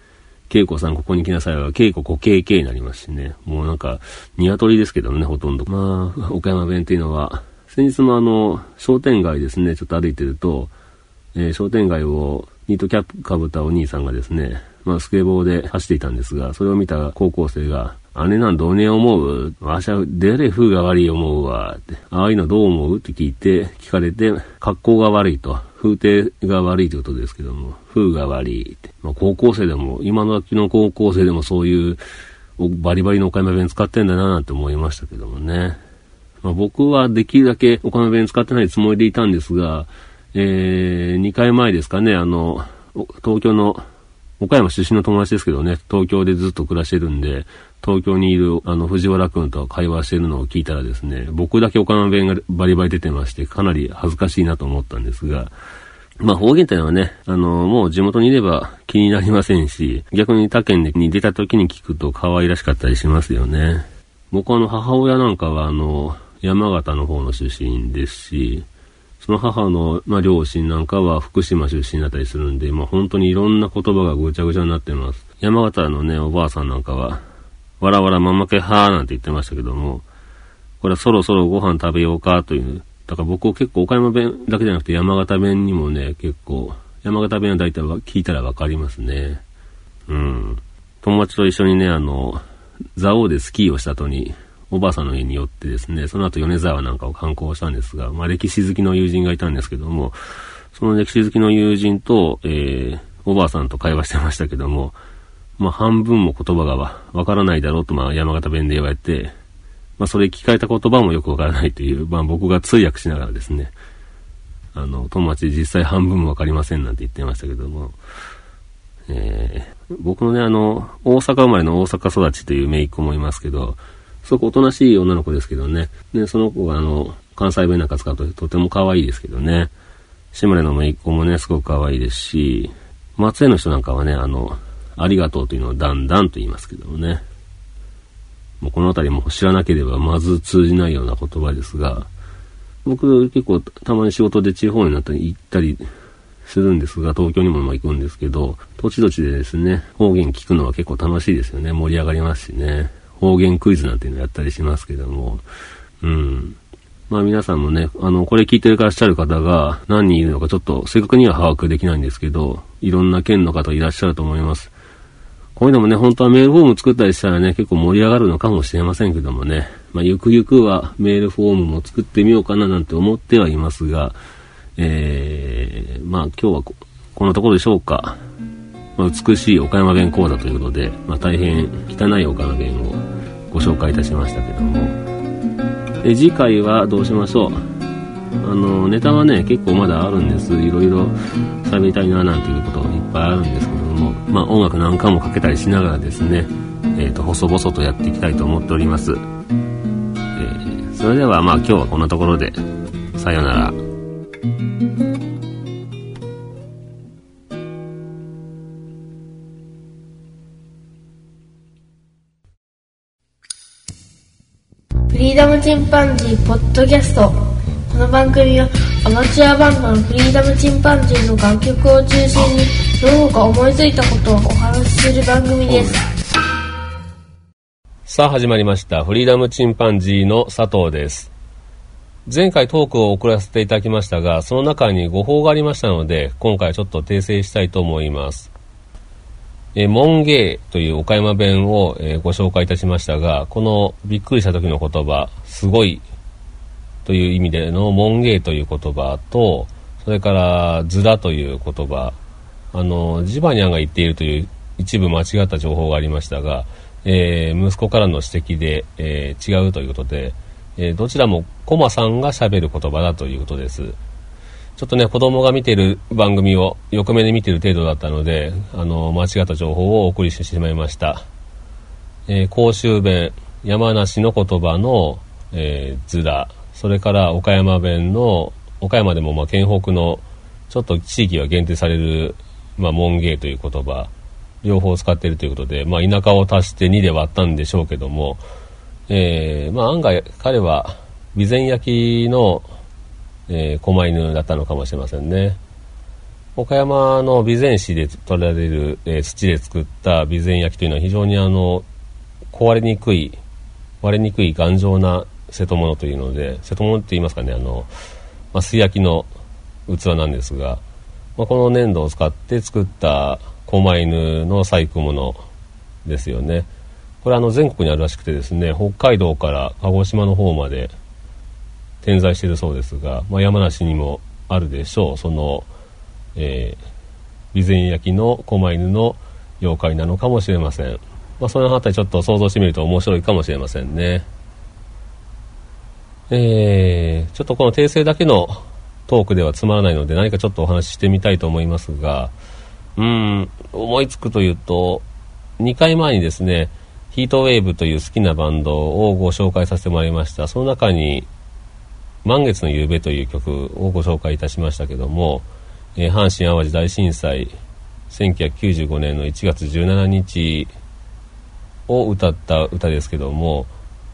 恵子さんここに来なさいは、恵子こけいけいになりますしね。もうなんか、鶏ですけどね、ほとんど。まあ、岡山弁っていうのは、先日も商店街ですね、ちょっと歩いてると、商店街をニートキャップかぶったお兄さんがですね、スケボーで走っていたんですが、それを見た高校生が、あれなんどうね思う？わしはデレ風が悪い思うわって。ああいうのどう思うって聞かれて、格好が悪いと。風景が悪いということですけども、風が悪いって。高校生でも、今の秋の高校生でもそういうバリバリの岡山弁使ってんだななんて思いましたけどもね。僕はできるだけ岡山弁使ってないつもりでいたんですが、2回前ですかね、東京の、岡山出身の友達ですけどね、東京でずっと暮らしてるんで、東京にいる藤原くんと会話してるのを聞いたらですね、僕だけ岡山弁がバリバリ出てまして、かなり恥ずかしいなと思ったんですが、方言ってのはね、もう地元にいれば気になりませんし、逆に他県に出た時に聞くと可愛らしかったりしますよね。僕は母親なんかは山形の方の出身ですし、その母の、両親なんかは福島出身だったりするんで、本当にいろんな言葉がぐちゃぐちゃになってます。山形のね、おばあさんなんかは、わらわらまんまけはーなんて言ってましたけども、これはそろそろご飯食べようかという。だから僕結構岡山弁だけじゃなくて山形弁にもね、結構、山形弁は大体聞いたらわかりますね。友達と一緒にね、蔵王でスキーをした後に、おばあさんの家に寄ってですね、その後米沢なんかを観光したんですが、歴史好きの友人がいたんですけども、その歴史好きの友人と、おばあさんと会話してましたけども、半分も言葉がわからないだろうと、山形弁で言われて、それ聞かれた言葉もよくわからないという、僕が通訳しながらですね、友達実際半分もわかりませんなんて言ってましたけども、僕のね、大阪生まれの大阪育ちという姪っ子もいますけど、すごくおとなしい女の子ですけどね。で、その子が関西弁なんか使うととても可愛いですけどね。島根の姪っ子もね、すごく可愛いですし、松江の人なんかはね、ありがとうというのをだんだんと言いますけどもね。もうこのあたりも知らなければまず通じないような言葉ですが、僕結構たまに仕事で地方になったり行ったりするんですが、東京にも行くんですけど、土地土地でですね、方言聞くのは結構楽しいですよね。盛り上がりますしね。方言クイズなんていうのやったりしますけども、皆さんもね、これ聞いてるからっしゃる方が何人いるのかちょっと正確には把握できないんですけど、いろんな県の方いらっしゃると思います。こういうのもね、本当はメールフォーム作ったりしたらね、結構盛り上がるのかもしれませんけどもね、ゆくゆくはメールフォームも作ってみようかななんて思ってはいますが、今日はこのところでしょうか。美しい岡山弁講座ということで、大変汚い岡山弁をご紹介いたしましたけども、次回はどうしましょう。ネタはね、結構まだあるんです。いろいろ喋りたいななんていうこといっぱいあるんですけども、音楽なんかもかけたりしながらですね、細々とやっていきたいと思っております。それでは今日はこんなところで、さようなら。 フリーダムチンパンジーポッドキャスト。この番組はアマチュアバンドのフリーダムチンパンジーの楽曲を中心にどうか思いついたことをお話しする番組です。 さあ始まりました。フリーダムチンパンジーの佐藤です。前回トークを送らせていただきましたが、その中に誤報がありましたので、今回ちょっと訂正したいと思います。モンゲーという岡山弁をご紹介いたしましたが、このびっくりした時の言葉、すごいという意味でのモンゲーという言葉と、それからズラという言葉、ジバニャンが言っているという一部間違った情報がありましたが、息子からの指摘で、違うということで、どちらもコマさんが喋る言葉だということです。ちょっとね、子供が見ている番組を横目で見ている程度だったので、間違った情報をお送りしてしまいました。甲州弁、山梨の言葉の、ズラ、それから岡山弁の、岡山でも県北のちょっと地域が限定される、モンゲーという言葉、両方使っているということで、田舎を足して2で割ったんでしょうけども、案外彼は備前焼きの狛犬だったのかもしれませんね。 岡山の備前市で取られる、土で作った備前焼というのは非常に壊れにくい割れにくい頑丈な瀬戸物というので、瀬戸物って言いますかね、素焼きの器なんですが、この粘土を使って作った狛犬の細工物ですよね。これ全国にあるらしくてですね、北海道から鹿児島の方まで点在しているそうですが、山梨にもあるでしょう。その、備前焼の狛犬の妖怪なのかもしれません。そのあたりちょっと想像してみると面白いかもしれませんね。ちょっとこの訂正だけのトークではつまらないので、何かちょっとお話ししてみたいと思いますが、思いつくというと、2回前にですね、ヒートウェーブという好きなバンドをご紹介させてもらいました。その中に満月の夕べという曲をご紹介いたしましたけども、阪神淡路大震災1995年の1月17日を歌った歌ですけども、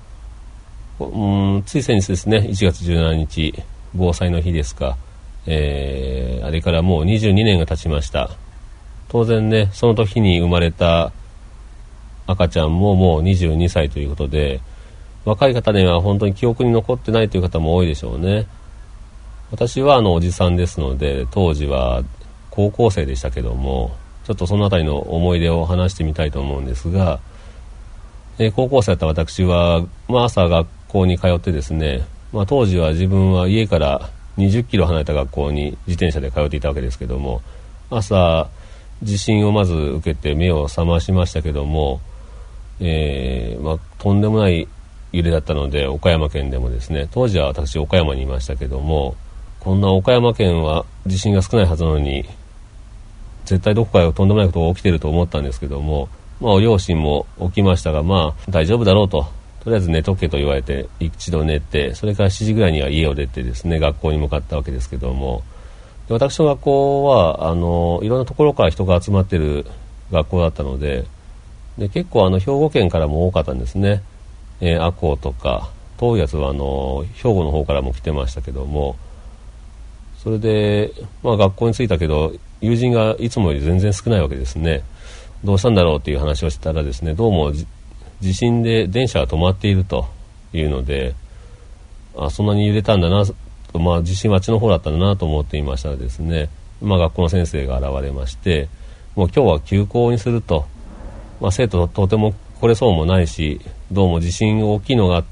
つい先日ですね、1月17日防災の日ですか、あれからもう22年が経ちました。当然ね、その時に生まれた赤ちゃんももう22歳ということで、若い方には本当に記憶に残ってないという方も多いでしょうね。私はおじさんですので、当時は高校生でしたけども、ちょっとそのあたりの思い出を話してみたいと思うんですが、高校生だった私は、朝学校に通ってですね、当時は自分は家から20キロ離れた学校に自転車で通っていたわけですけども、朝地震をまず受けて目を覚ましましたけども、とんでもない揺れだったので、岡山県でもですね、当時は私岡山にいましたけども、こんな岡山県は地震が少ないはずなのに、絶対どこかでとんでもないことが起きていると思ったんですけども、両親も起きましたが、大丈夫だろうと、とりあえず寝とけと言われて一度寝て、それから7時ぐらいには家を出てですね、学校に向かったわけですけども、で私の学校はいろんなところから人が集まっている学校だったので、結構兵庫県からも多かったんですね。赤穂とか遠いやつは兵庫の方からも来てましたけども、それで、学校に着いたけど友人がいつもより全然少ないわけですね。どうしたんだろうっていう話をしたらですね、どうも地震で電車が止まっているというので、そんなに揺れたんだな、地震はあっちの方だったんだなと思っていましたらですね、学校の先生が現れまして、もう今日は休校にすると、生徒とても来れそうもないし、どうも地震大きいのがあって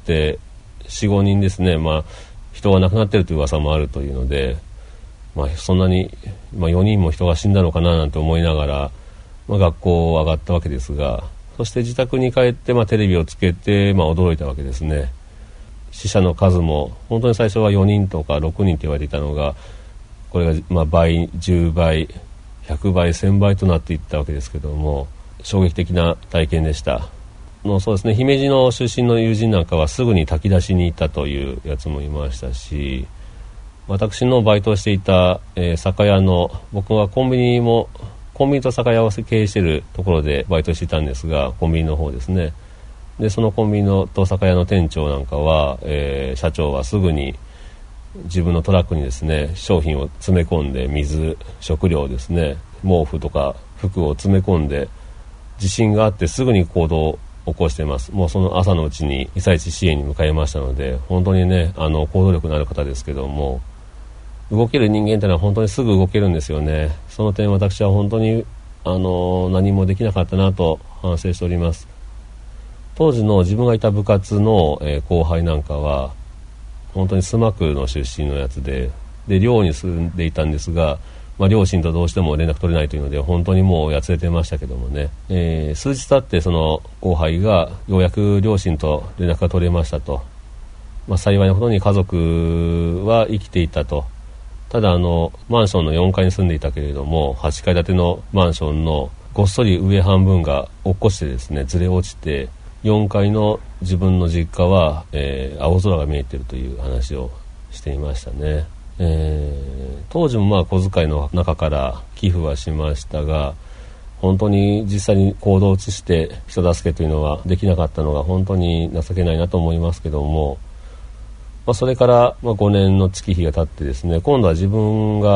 4,5 人ですね、人が亡くなっているという噂もあるというので、そんなに、4人も人が死んだのかななんて思いながら、学校上がったわけですが、そして自宅に帰って、テレビをつけて、驚いたわけですね。死者の数も本当に最初は4人とか6人と言われていたのが、これが倍、10倍、100倍、1000倍となっていったわけですけども、衝撃的な体験でした。そうですね、姫路の出身の友人なんかはすぐに炊き出しに行ったというやつもいましたし、私のバイトをしていた、酒屋の、僕はコンビニと酒屋を経営しているところでバイトしていたんですが、コンビニの方ですね。でそのコンビニと酒屋の店長なんかは、社長はすぐに自分のトラックにですね、商品を詰め込んで、水、食料ですね、毛布とか服を詰め込んで、地震があってすぐに行動を起こしています。もうその朝のうちに被災地支援に向かいましたので、本当にね、行動力のある方ですけども、動ける人間というのは本当にすぐ動けるんですよね。その点私は本当に何もできなかったなと反省しております。当時の自分がいた部活の、後輩なんかは本当に須磨区の出身のやつで、寮に住んでいたんですが、両親とどうしても連絡取れないというので、本当にもうやつれてましたけどもね、数日経ってその後輩がようやく両親と連絡が取れましたと、幸いなことに家族は生きていたと。ただマンションの4階に住んでいたけれども、8階建てのマンションのごっそり上半分が落っこちてですね、ずれ落ちて、4階の自分の実家は、青空が見えているという話をしていましたね。当時も小遣いの中から寄付はしましたが、本当に実際に行動を移して人助けというのはできなかったのが本当に情けないなと思いますけども、それから5年の月日が経ってですね、今度は自分が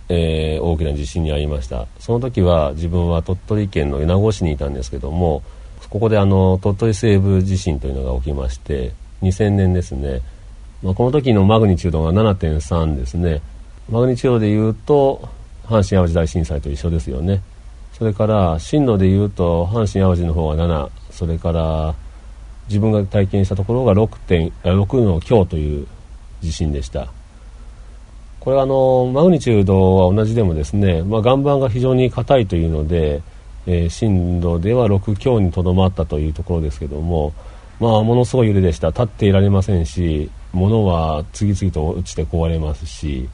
大きな地震に遭いました。その時は自分は鳥取県の米子市にいたんですけども、ここで鳥取西部地震というのが起きまして、2000年ですね。この時のマグニチュードが 7.3 ですね。マグニチュードでいうと阪神淡路大震災と一緒ですよね。それから震度でいうと阪神淡路の方が7、それから自分が体験したところが 6の強という地震でした。これはマグニチュードは同じでもですね、岩盤が非常に硬いというので、震度では6強にとどまったというところですけども、ものすごい揺れでした。立っていられませんし、物は次々と落ちて壊れますし、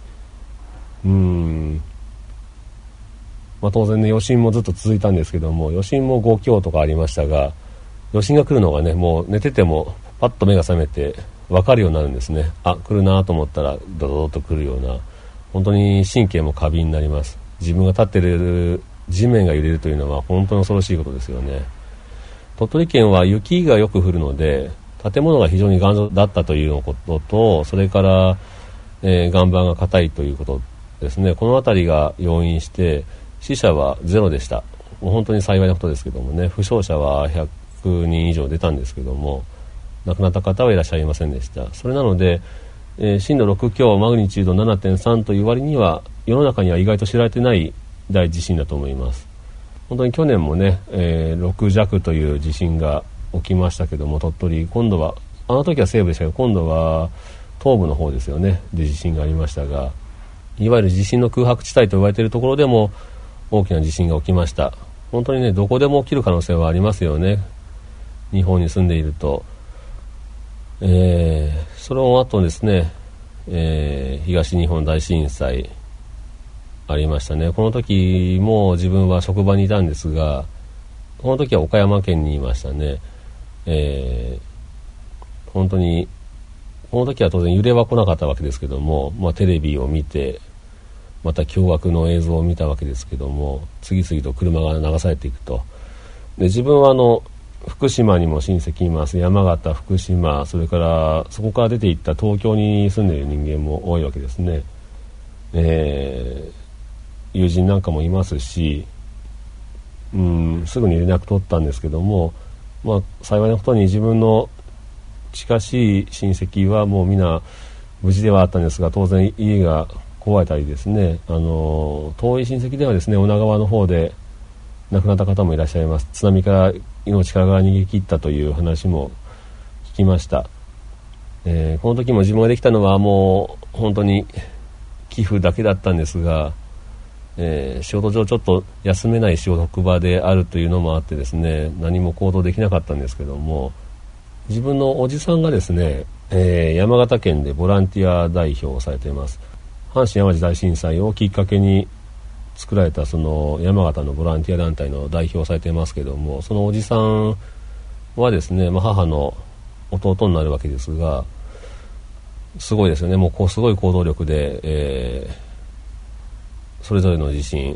当然ね、余震もずっと続いたんですけども、余震も5強とかありましたが、余震が来るのがね、もう寝ててもパッと目が覚めて分かるようになるんですね。来るなと思ったらドドドッと来るような、本当に神経も過敏になります。自分が立っている地面が揺れるというのは本当に恐ろしいことですよね。鳥取県は雪がよく降るので、建物が非常に頑丈だったということと、それから、岩盤が硬いということですね。このあたりが要因して死者はゼロでした。もう本当に幸いなことですけどもね。負傷者は100人以上出たんですけども、亡くなった方はいらっしゃいませんでした。それなので、震度6強マグニチュード 7.3 という割には世の中には意外と知られてない大地震だと思います。本当に去年もね、6弱という地震が起きましたけども、鳥取、今度はあの時は西部でしたけど、今度は東部の方ですよね、で地震がありましたが、いわゆる地震の空白地帯と言われているところでも大きな地震が起きました。本当にね、どこでも起きる可能性はありますよね、日本に住んでいると。その後ですね、東日本大震災ありましたね。この時も自分は職場にいたんですが、この時は岡山県にいましたね。本当にこの時は当然揺れは来なかったわけですけども、テレビを見てまた驚愕の映像を見たわけですけども、次々と車が流されていくと。で、自分は福島にも親戚います。山形、福島、それからそこから出ていった東京に住んでいる人間も多いわけですね。友人なんかもいますし、すぐに連絡取ったんですけども、幸いなことに自分の近しい親戚はもうみんな無事ではあったんですが、当然家が壊れたりですね、遠い親戚ではですね、女川の方で亡くなった方もいらっしゃいます。津波から命からが逃げ切ったという話も聞きました。この時も自分ができたのはもう本当に寄付だけだったんですが、仕事上ちょっと休めない職場であるというのもあってですね、何も行動できなかったんですけども、自分のおじさんがですね、山形県でボランティア代表をされています。阪神淡路大震災をきっかけに作られたその山形のボランティア団体の代表をされていますけども、そのおじさんはですね、母の弟になるわけですが、すごいですよね。もうすごい行動力で、それぞれの地震、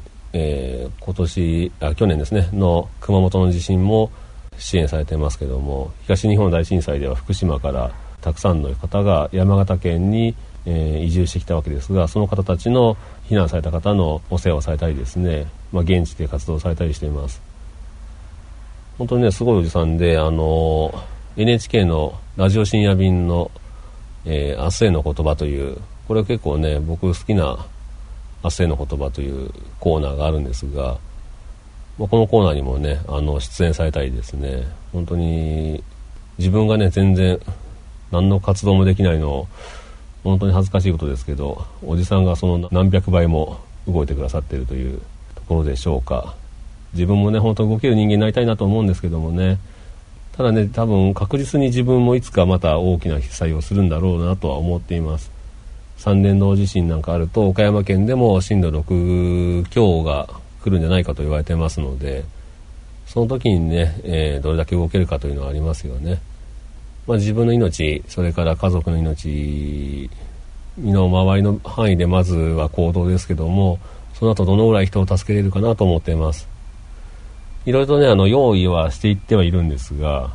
去年ですねの熊本の地震も支援されていますけども、東日本大震災では福島からたくさんの方が山形県に、移住してきたわけですが、その方たちの避難された方のお世話をされたりですね、現地で活動されたりしています。本当にね、すごいおじさんで、NHK のラジオ深夜便の、明日への言葉という、これ結構ね、僕好きな明日への言葉というコーナーがあるんですが、このコーナーにもね、出演されたりですね、本当に自分がね、全然何の活動もできないのを、本当に恥ずかしいことですけど、おじさんがその何百倍も動いてくださっているというところでしょうか。自分もね、本当に動ける人間になりたいなと思うんですけどもね、ただね、多分確実に自分もいつかまた大きな被災をするんだろうなとは思っています。3年同地震なんかあると、岡山県でも震度6強が来るんじゃないかと言われてますので、その時にね、どれだけ動けるかというのはありますよね。自分の命、それから家族の命の周りの範囲でまずは行動ですけども、その後どのぐらい人を助けれるかなと思っています。いろいろとね、用意はしていってはいるんですが、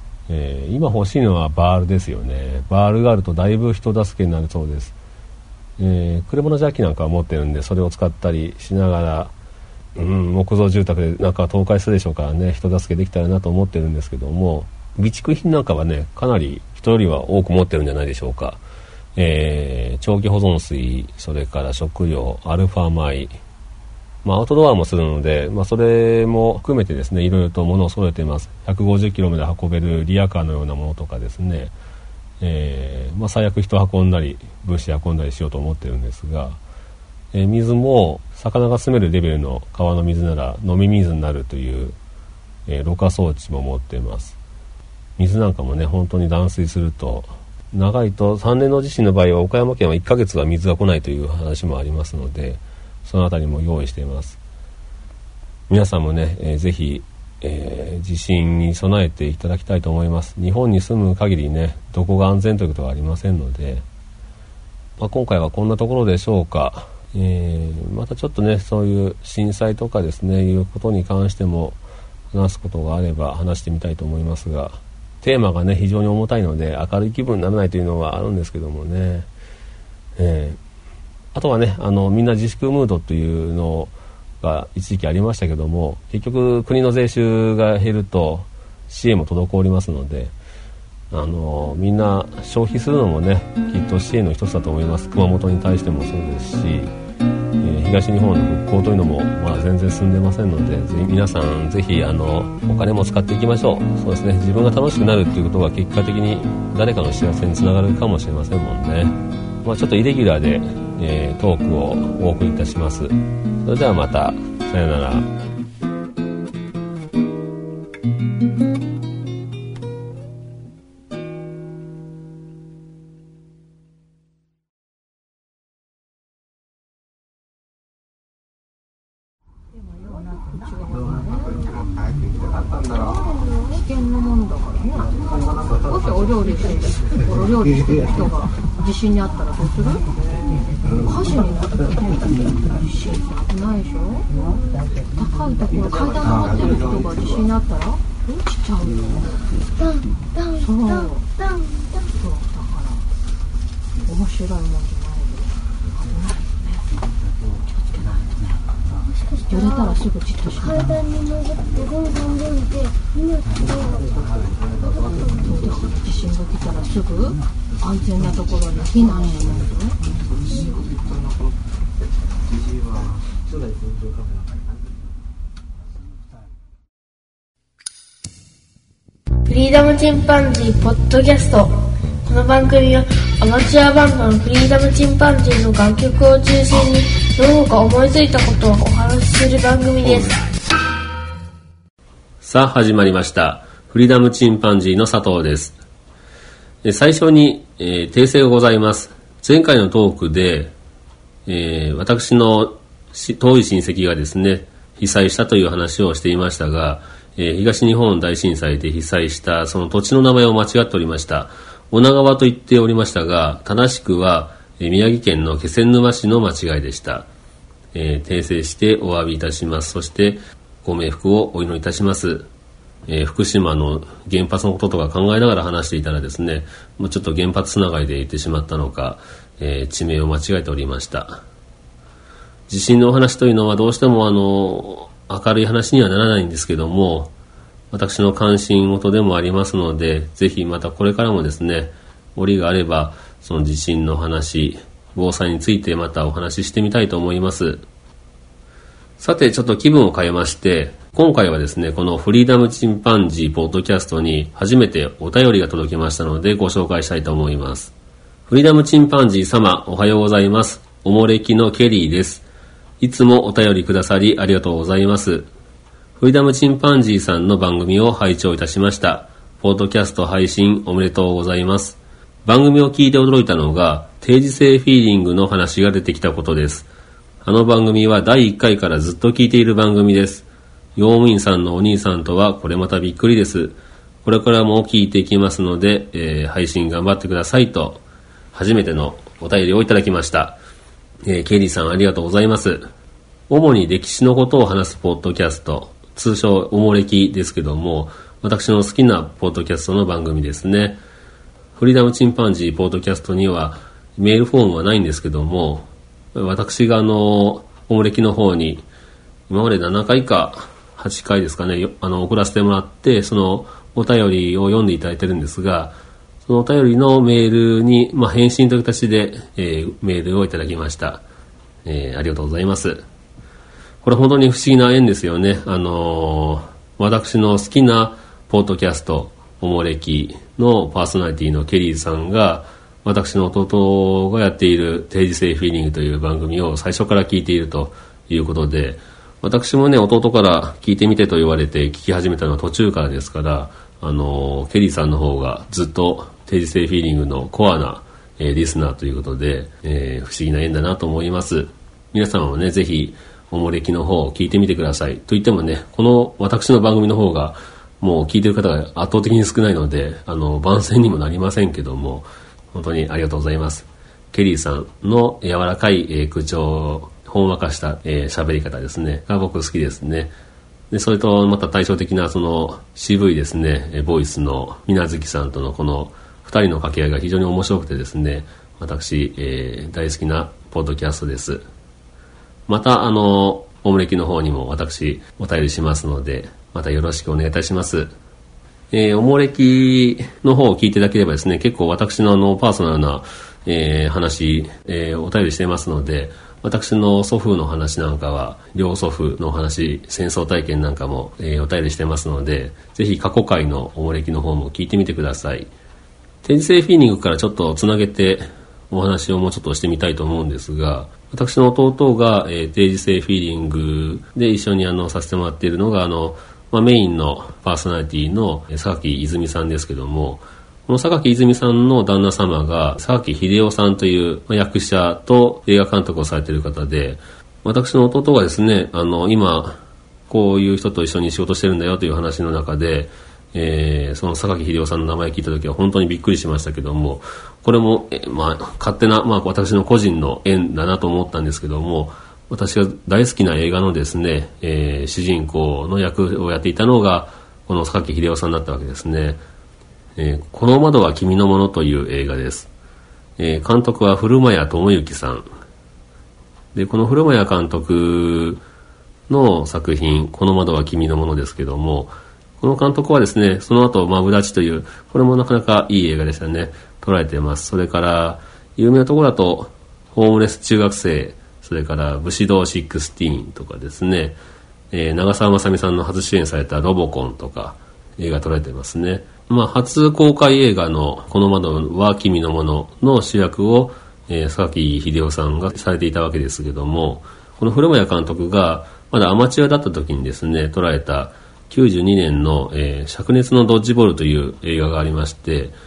今欲しいのはバールですよね。バールがあるとだいぶ人助けになるそうです。 車のジャッキなんかは持ってるんで、それを使ったりしながら、木造住宅でなんか倒壊するでしょうからね、人助けできたらなと思ってるんですけども、備蓄品なんかはね、かなり人よりは多く持ってるんじゃないでしょうか。長期保存水、それから食料、アルファ米、アウトドアもするので、それも含めてですね、いろいろと物を揃えています。150キロまで運べるリヤカーのようなものとかですね、最悪人運んだり物資運んだりしようと思ってるんですが、水も魚が住めるレベルの川の水なら飲み水になるという、ろ過装置も持っています。水なんかもね、本当に断水すると、長いと3年の地震の場合は岡山県は1ヶ月は水が来ないという話もありますので、そのあたりも用意しています。皆さんもね、ぜひ、地震に備えていただきたいと思います。日本に住む限りね、どこが安全ということはありませんので、今回はこんなところでしょうか。またちょっとね、そういう震災とかですね、いうことに関しても話すことがあれば話してみたいと思いますが、テーマがね、非常に重たいので明るい気分にならないというのはあるんですけどもね、あとはね、みんな自粛ムードというのが一時期ありましたけども、結局国の税収が減ると支援も滞りますので、みんな消費するのもね、きっと支援の一つだと思います。熊本に対してもそうですし、東日本の復興というのも全然進んでませんので、皆さんぜひお金も使っていきましょう。そうですね、自分が楽しくなるということが結果的に誰かの幸せにつながるかもしれませんもんね。ちょっとイレギュラーで、トークをお送りいたします。それではまた、さよなら。 危険なもんだからね。もしお料理してる人が地震にあったらどうする？火事になって地震って危ないでしょ。高いところ階段上がってる人が地震にあったら落ちちゃうよ。そうだから面白いもんじゃないよ。危ないよね。気をつけないとね。揺れたらすぐじっとしない。階段に登ってゴンゴンゴンって地震が来たらすぐ安全なところに避難しないとね。 フリーダムチンパンジーポッドキャスト。この番組はアマチュアバンドのフリーダムチンパンジーの楽曲を中心にどうか思いついたことをお話しする番組です。 さあ始まりました。フリーダムチンパンジーの佐藤です。最初に、訂正がございます。前回のトークで、私の遠い親戚がですね、被災したという話をしていましたが、東日本大震災で被災したその土地の名前を間違っておりました。女川と言っておりましたが、正しくは宮城県の気仙沼市の間違いでした。訂正してお詫びいたします。そしてご冥福をお祈りいたします。福島の原発のこととか考えながら話していたらですね、ちょっと原発つながりで言ってしまったのか、地名を間違えておりました。地震のお話というのはどうしても明るい話にはならないんですけども、私の関心事でもありますので、ぜひまたこれからもですね、折があればその地震の話、防災についてまたお話ししてみたいと思います。さてちょっと気分を変えまして、今回はですね、このフリーダムチンパンジーポッドキャストに初めてお便りが届きましたのでご紹介したいと思います。フリーダムチンパンジー様、おはようございます。おもれきのケリーです。いつもお便りくださりありがとうございます。フリーダムチンパンジーさんの番組を拝聴いたしました。ポッドキャスト配信おめでとうございます。番組を聞いて驚いたのが、定時制フィーリングの話が出てきたことです。あの番組は第1回からずっと聞いている番組です。用務員さんのお兄さんとはこれまたびっくりです。これからも聞いていきますので、配信頑張ってくださいと、初めてのお便りをいただきました。ケリーさんありがとうございます。主に歴史のことを話すポッドキャスト、通称おもれきですけども、私の好きなポッドキャストの番組ですね。フリーダムチンパンジーポッドキャストには、 メールフォームはないんですけども、私がおもれきの方に今まで7回か8回ですかね、送らせてもらって、そのお便りを読んでいただいてるんですが、そのお便りのメールに、返信という形で、メールをいただきました。ありがとうございます。これ本当に不思議な縁ですよね。私の好きなポッドキャスト、おもれきのパーソナリティのケリーさんが、私の弟がやっている定時性フィーリングという番組を最初から聞いているということで、私もね、弟から聞いてみてと言われて聞き始めたのは途中からですから、ケリーさんの方がずっと定時性フィーリングのコアな、リスナーということで、不思議な縁だなと思います。皆様もね、ぜひおもれきの方を聞いてみてください。と言ってもね、この私の番組の方がもう聞いてる方が圧倒的に少ないので、番宣にもなりませんけども、本当にありがとうございます。ケリーさんの柔らかい、口調、ほんわかした、喋り方ですね、が僕好きですね。で、それとまた対照的なその渋いですね、ボイスのみなずきさんとのこの二人の掛け合いが非常に面白くてですね、私、大好きなポッドキャストです。またおもれきの方にも私お便りしますので、またよろしくお願いいたします。おもれきの方を聞いていただければですね、結構私のパーソナルな、話、お便りしていますので、私の祖父の話なんかは、両祖父の話、戦争体験なんかも、お便りしてますので、ぜひ過去回のおもれきの方も聞いてみてください。定時性フィーリングからちょっとつなげてお話をもうちょっとしてみたいと思うんですが、私の弟が、定時性フィーリングで一緒にさせてもらっているのがメインのパーソナリティの榊泉さんですけども、この榊泉さんの旦那様が榊秀夫さんという役者と映画監督をされている方で、私の弟がですね、今こういう人と一緒に仕事してるんだよという話の中で、その榊秀夫さんの名前を聞いた時は本当にびっくりしましたけども、これも、勝手な、私の個人の縁だなと思ったんですけども、私が大好きな映画のですね、主人公の役をやっていたのがこの榊秀夫さんだったわけですね。この窓は君のものという映画です。監督は古間谷智之さんで、この古間谷監督の作品この窓は君のものですけども、この監督はですね、その後マブダチというこれもなかなかいい映画でしたね、捉えています。それから有名なところだとホームレス中学生、それから武士道16とかですね、長澤まさみさんの初主演されたロボコンとか映画撮られていますね。初公開映画のこの窓は君のものの主役を、榊秀夫さんがされていたわけですけども、この古間谷監督がまだアマチュアだった時にですね、撮られた92年の、灼熱のドッジボールという映画がありまして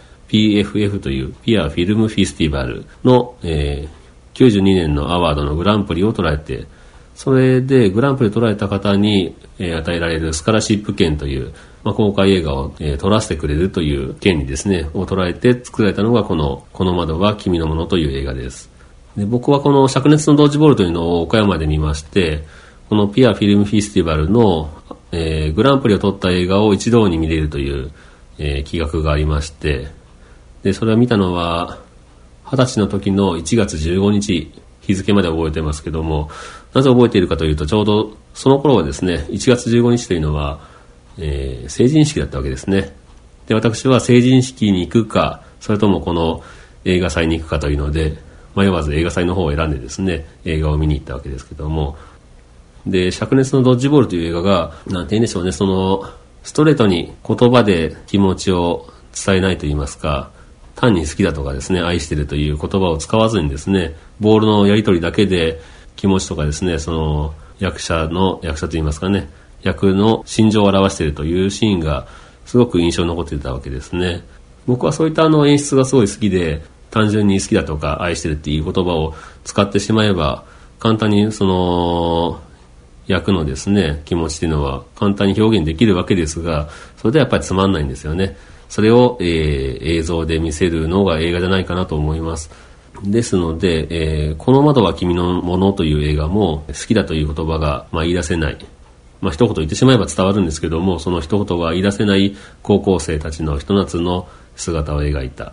、PFF というピアフィルムフェスティバルの、92年のアワードのグランプリを取られて、それでグランプリを取られた方に、与えられるスカラシップ券という、公開映画を、撮らせてくれるという権利ですね、を取られて作られたのがこの窓は君のものという映画です。で、僕はこの灼熱のドッジボールというのを岡山で見まして、このピアフィルムフェスティバルの、グランプリを取った映画を一堂に見れるという、企画がありまして、で、それを見たのは20歳の時の1月15日、日付まで覚えてますけども、なぜ覚えているかというと、ちょうどその頃はですね、1月15日というのは、成人式だったわけですね。で、私は成人式に行くか、それともこの映画祭に行くかというので、迷わず映画祭の方を選んでですね、映画を見に行ったわけですけども、で、灼熱のドッジボールという映画が、なんて言うんでしょうね、そのストレートに言葉で気持ちを伝えないと言いますか、単に好きだとかですね、愛してるという言葉を使わずにですね、ボールのやり取りだけで気持ちとかですね、その役者と言いますかね、役の心情を表しているというシーンがすごく印象に残っていたわけですね。僕はそういった演出がすごい好きで、単純に好きだとか愛してるっていう言葉を使ってしまえば、簡単にその役のですね、気持ちっていうのは簡単に表現できるわけですが、それではやっぱりつまんないんですよね。それを、映像で見せるのが映画じゃないかなと思います。ですので、この窓は君のものという映画も好きだという言葉が、言い出せない。一言言ってしまえば伝わるんですけども、その一言が言い出せない高校生たちのひと夏の姿を描いた、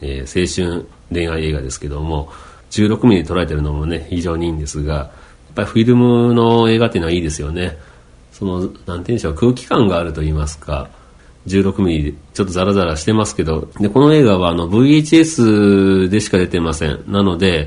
青春恋愛映画ですけども、16ミリで捉えてるのもね非常にいいんですが、やっぱりフィルムの映画っていうのはいいですよね。そのなんて言うんでしょう、空気感があると言いますか、16ミリでちょっとザラザラしてますけど、でこの映画はVHS でしか出てません。なので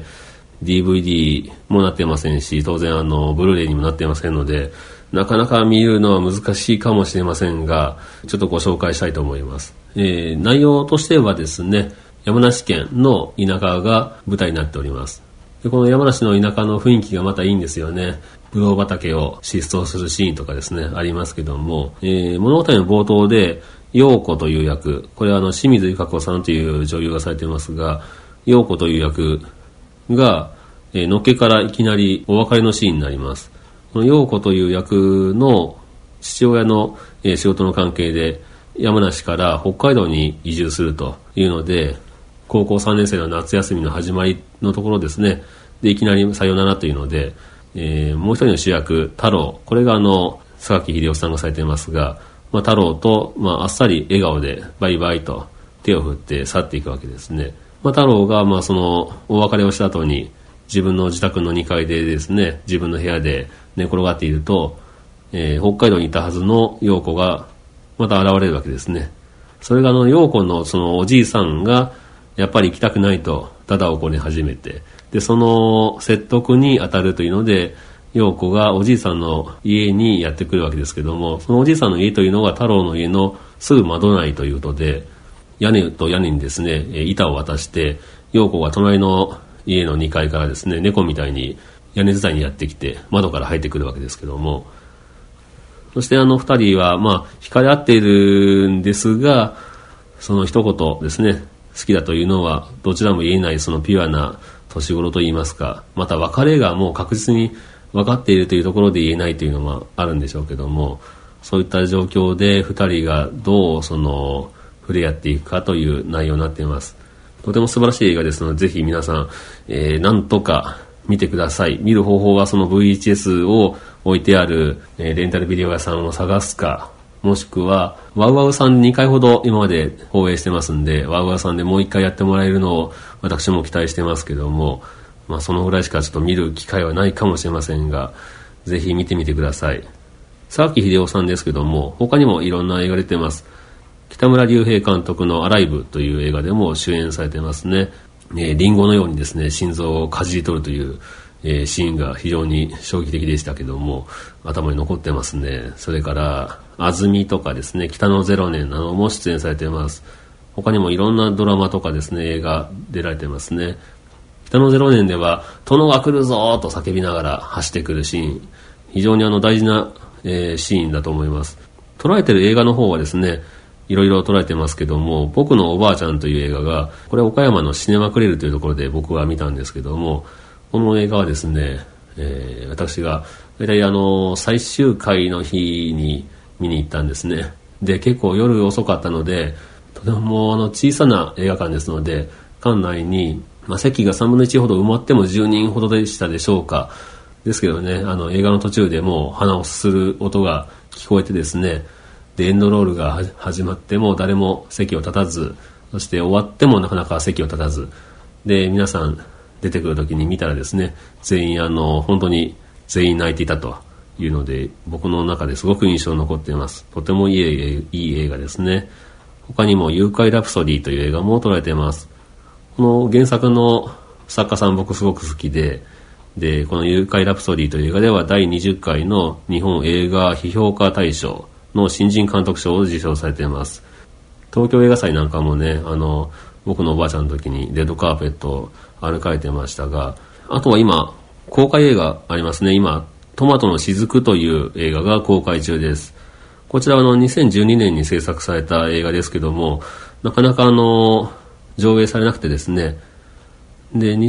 DVD もなってませんし、当然ブルーレイにもなってませんので、なかなか見るのは難しいかもしれませんが、ちょっとご紹介したいと思います。内容としてはですね、山梨県の田舎が舞台になっております。でこの山梨の田舎の雰囲気がまたいいんですよね。ブドウ畑を疾走するシーンとかですねありますけども、物語の冒頭で陽子という役、これは清水由香子さんという女優がされていますが、陽子という役が、のっけからいきなりお別れのシーンになります。この陽子という役の父親の、仕事の関係で山梨から北海道に移住するというので、高校3年生の夏休みの始まりのところですね、でいきなりさよならというので、もう一人の主役太郎、これが榊秀夫さんがされていますが、太郎と、あっさり笑顔でバイバイと手を振って去っていくわけですね。太郎がそのお別れをした後に自分の自宅の2階でですね、自分の部屋で寝転がっていると、北海道にいたはずの陽子がまた現れるわけですね。それが陽子のそのおじいさんがやっぱり行きたくないとダダをこね始めて、でその説得に当たるというので、陽子がおじいさんの家にやってくるわけですけども、そのおじいさんの家というのが太郎の家のすぐ窓内ということで、屋根と屋根にですね板を渡して、陽子が隣の家の2階からですね、猫みたいに屋根伝いにやってきて窓から入ってくるわけですけども、そして2人は惹かれ合っているんですが、その一言ですね、好きだというのはどちらも言えない、そのピュアな年頃といいますか、また別れがもう確実に分かっているというところで言えないというのもあるんでしょうけども、そういった状況で2人がどう触れ合っていくかという内容になっています。とても素晴らしい映画ですので、ぜひ皆さん、なんとか見てください。見る方法はその VHS を置いてある、レンタルビデオ屋さんを探すか、もしくはワウワウさん2回ほど今まで放映してますんで、ワウワウさんでもう1回やってもらえるのを私も期待してますけども、そのぐらいしかちょっと見る機会はないかもしれませんが、ぜひ見てみてください。榊秀夫さんですけども、他にもいろんな映画出てます。北村隆平監督のアライブという映画でも主演されてますね。リンゴのようにですね、心臓をかじり取るという、シーンが非常に衝撃的でしたけども、頭に残ってますね。それから安住とかですね、北の0年なども出演されています。他にもいろんなドラマとかですね、映画出られてますね。北の0年では殿が来るぞと叫びながら走ってくるシーン、非常に大事な、シーンだと思います。捉えてる映画の方はですね、いろいろ捉えてますけども、僕のおばあちゃんという映画が、これ岡山のシネマクレルというところで僕は見たんですけども、この映画はですね、私が大体最終回の日に見に行ったんですね。で、結構夜遅かったので、とても小さな映画館ですので、館内に、席が3分の1ほど埋まっても10人ほどでしたでしょうか。ですけどね、映画の途中でもう鼻をすする音が聞こえてですね、でエンドロールが始まっても誰も席を立たず、そして終わってもなかなか席を立たずで、皆さん出てくる時に見たらですね、全員本当に全員泣いていたというので、僕の中ですごく印象に残っています。とてもいい映画ですね。他にも誘拐ラプソディという映画も撮られています。この原作の作家さん僕すごく好きで、この誘拐ラプソディという映画では第20回の日本映画批評家大賞の新人監督賞を受賞されています。東京映画祭なんかもね、僕のおばあちゃんの時にレッドカーペットを歩かれてましたが、あとは今公開映画ありますね。今トマトの雫という映画が公開中です。こちらは2012年に制作された映画ですけども、なかなか上映されなくてですね、で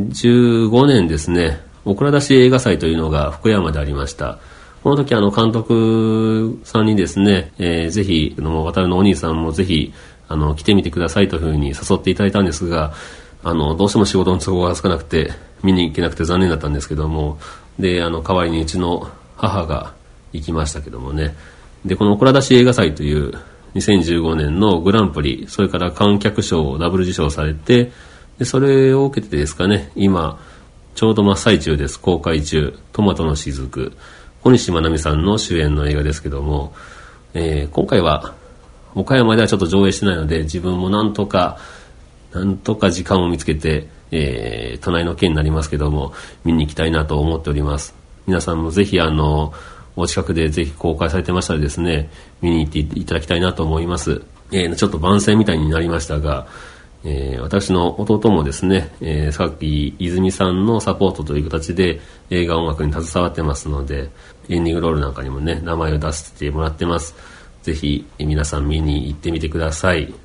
2015年ですね、お蔵出し映画祭というのが福山でありました。この時監督さんにですね、ぜひ渡るのお兄さんもぜひ来てみてくださいというふうに誘っていただいたんですが、どうしても仕事の都合が少なくて見に行けなくて残念だったんですけども、で代わりにうちの母が行きましたけどもね。でこのお蔵出し映画祭という 2015年のグランプリ、それから観客賞をダブル受賞されて、でそれを受けてですかね、今ちょうど真っ最中です。公開中、トマトの雫、小西真奈美さんの主演の映画ですけども、今回は岡山ではちょっと上映してないので、自分もなんとか時間を見つけて、隣の県になりますけども見に行きたいなと思っております。皆さんもぜひお近くでぜひ公開されてましたらですね、見に行っていただきたいなと思います。ちょっと番宣みたいになりましたが、私の弟もですね、さっき泉さんのサポートという形で映画音楽に携わってますので、エンディングロールなんかにもね名前を出してもらってます。ぜひ皆さん見に行ってみてください。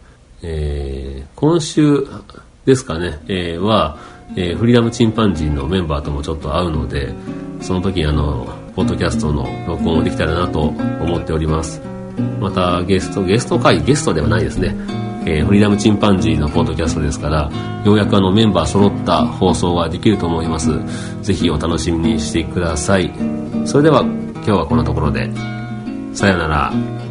今週ですかね、は、フリーダムチンパンジーのメンバーともちょっと会うので、その時ポッドキャストの録音をできたらなと思っております。またゲストではないですね、フリーダムチンパンジーのポッドキャストですから、ようやくメンバー揃った放送ができると思います。ぜひお楽しみにしてください。それでは今日はこんなところで、さよなら。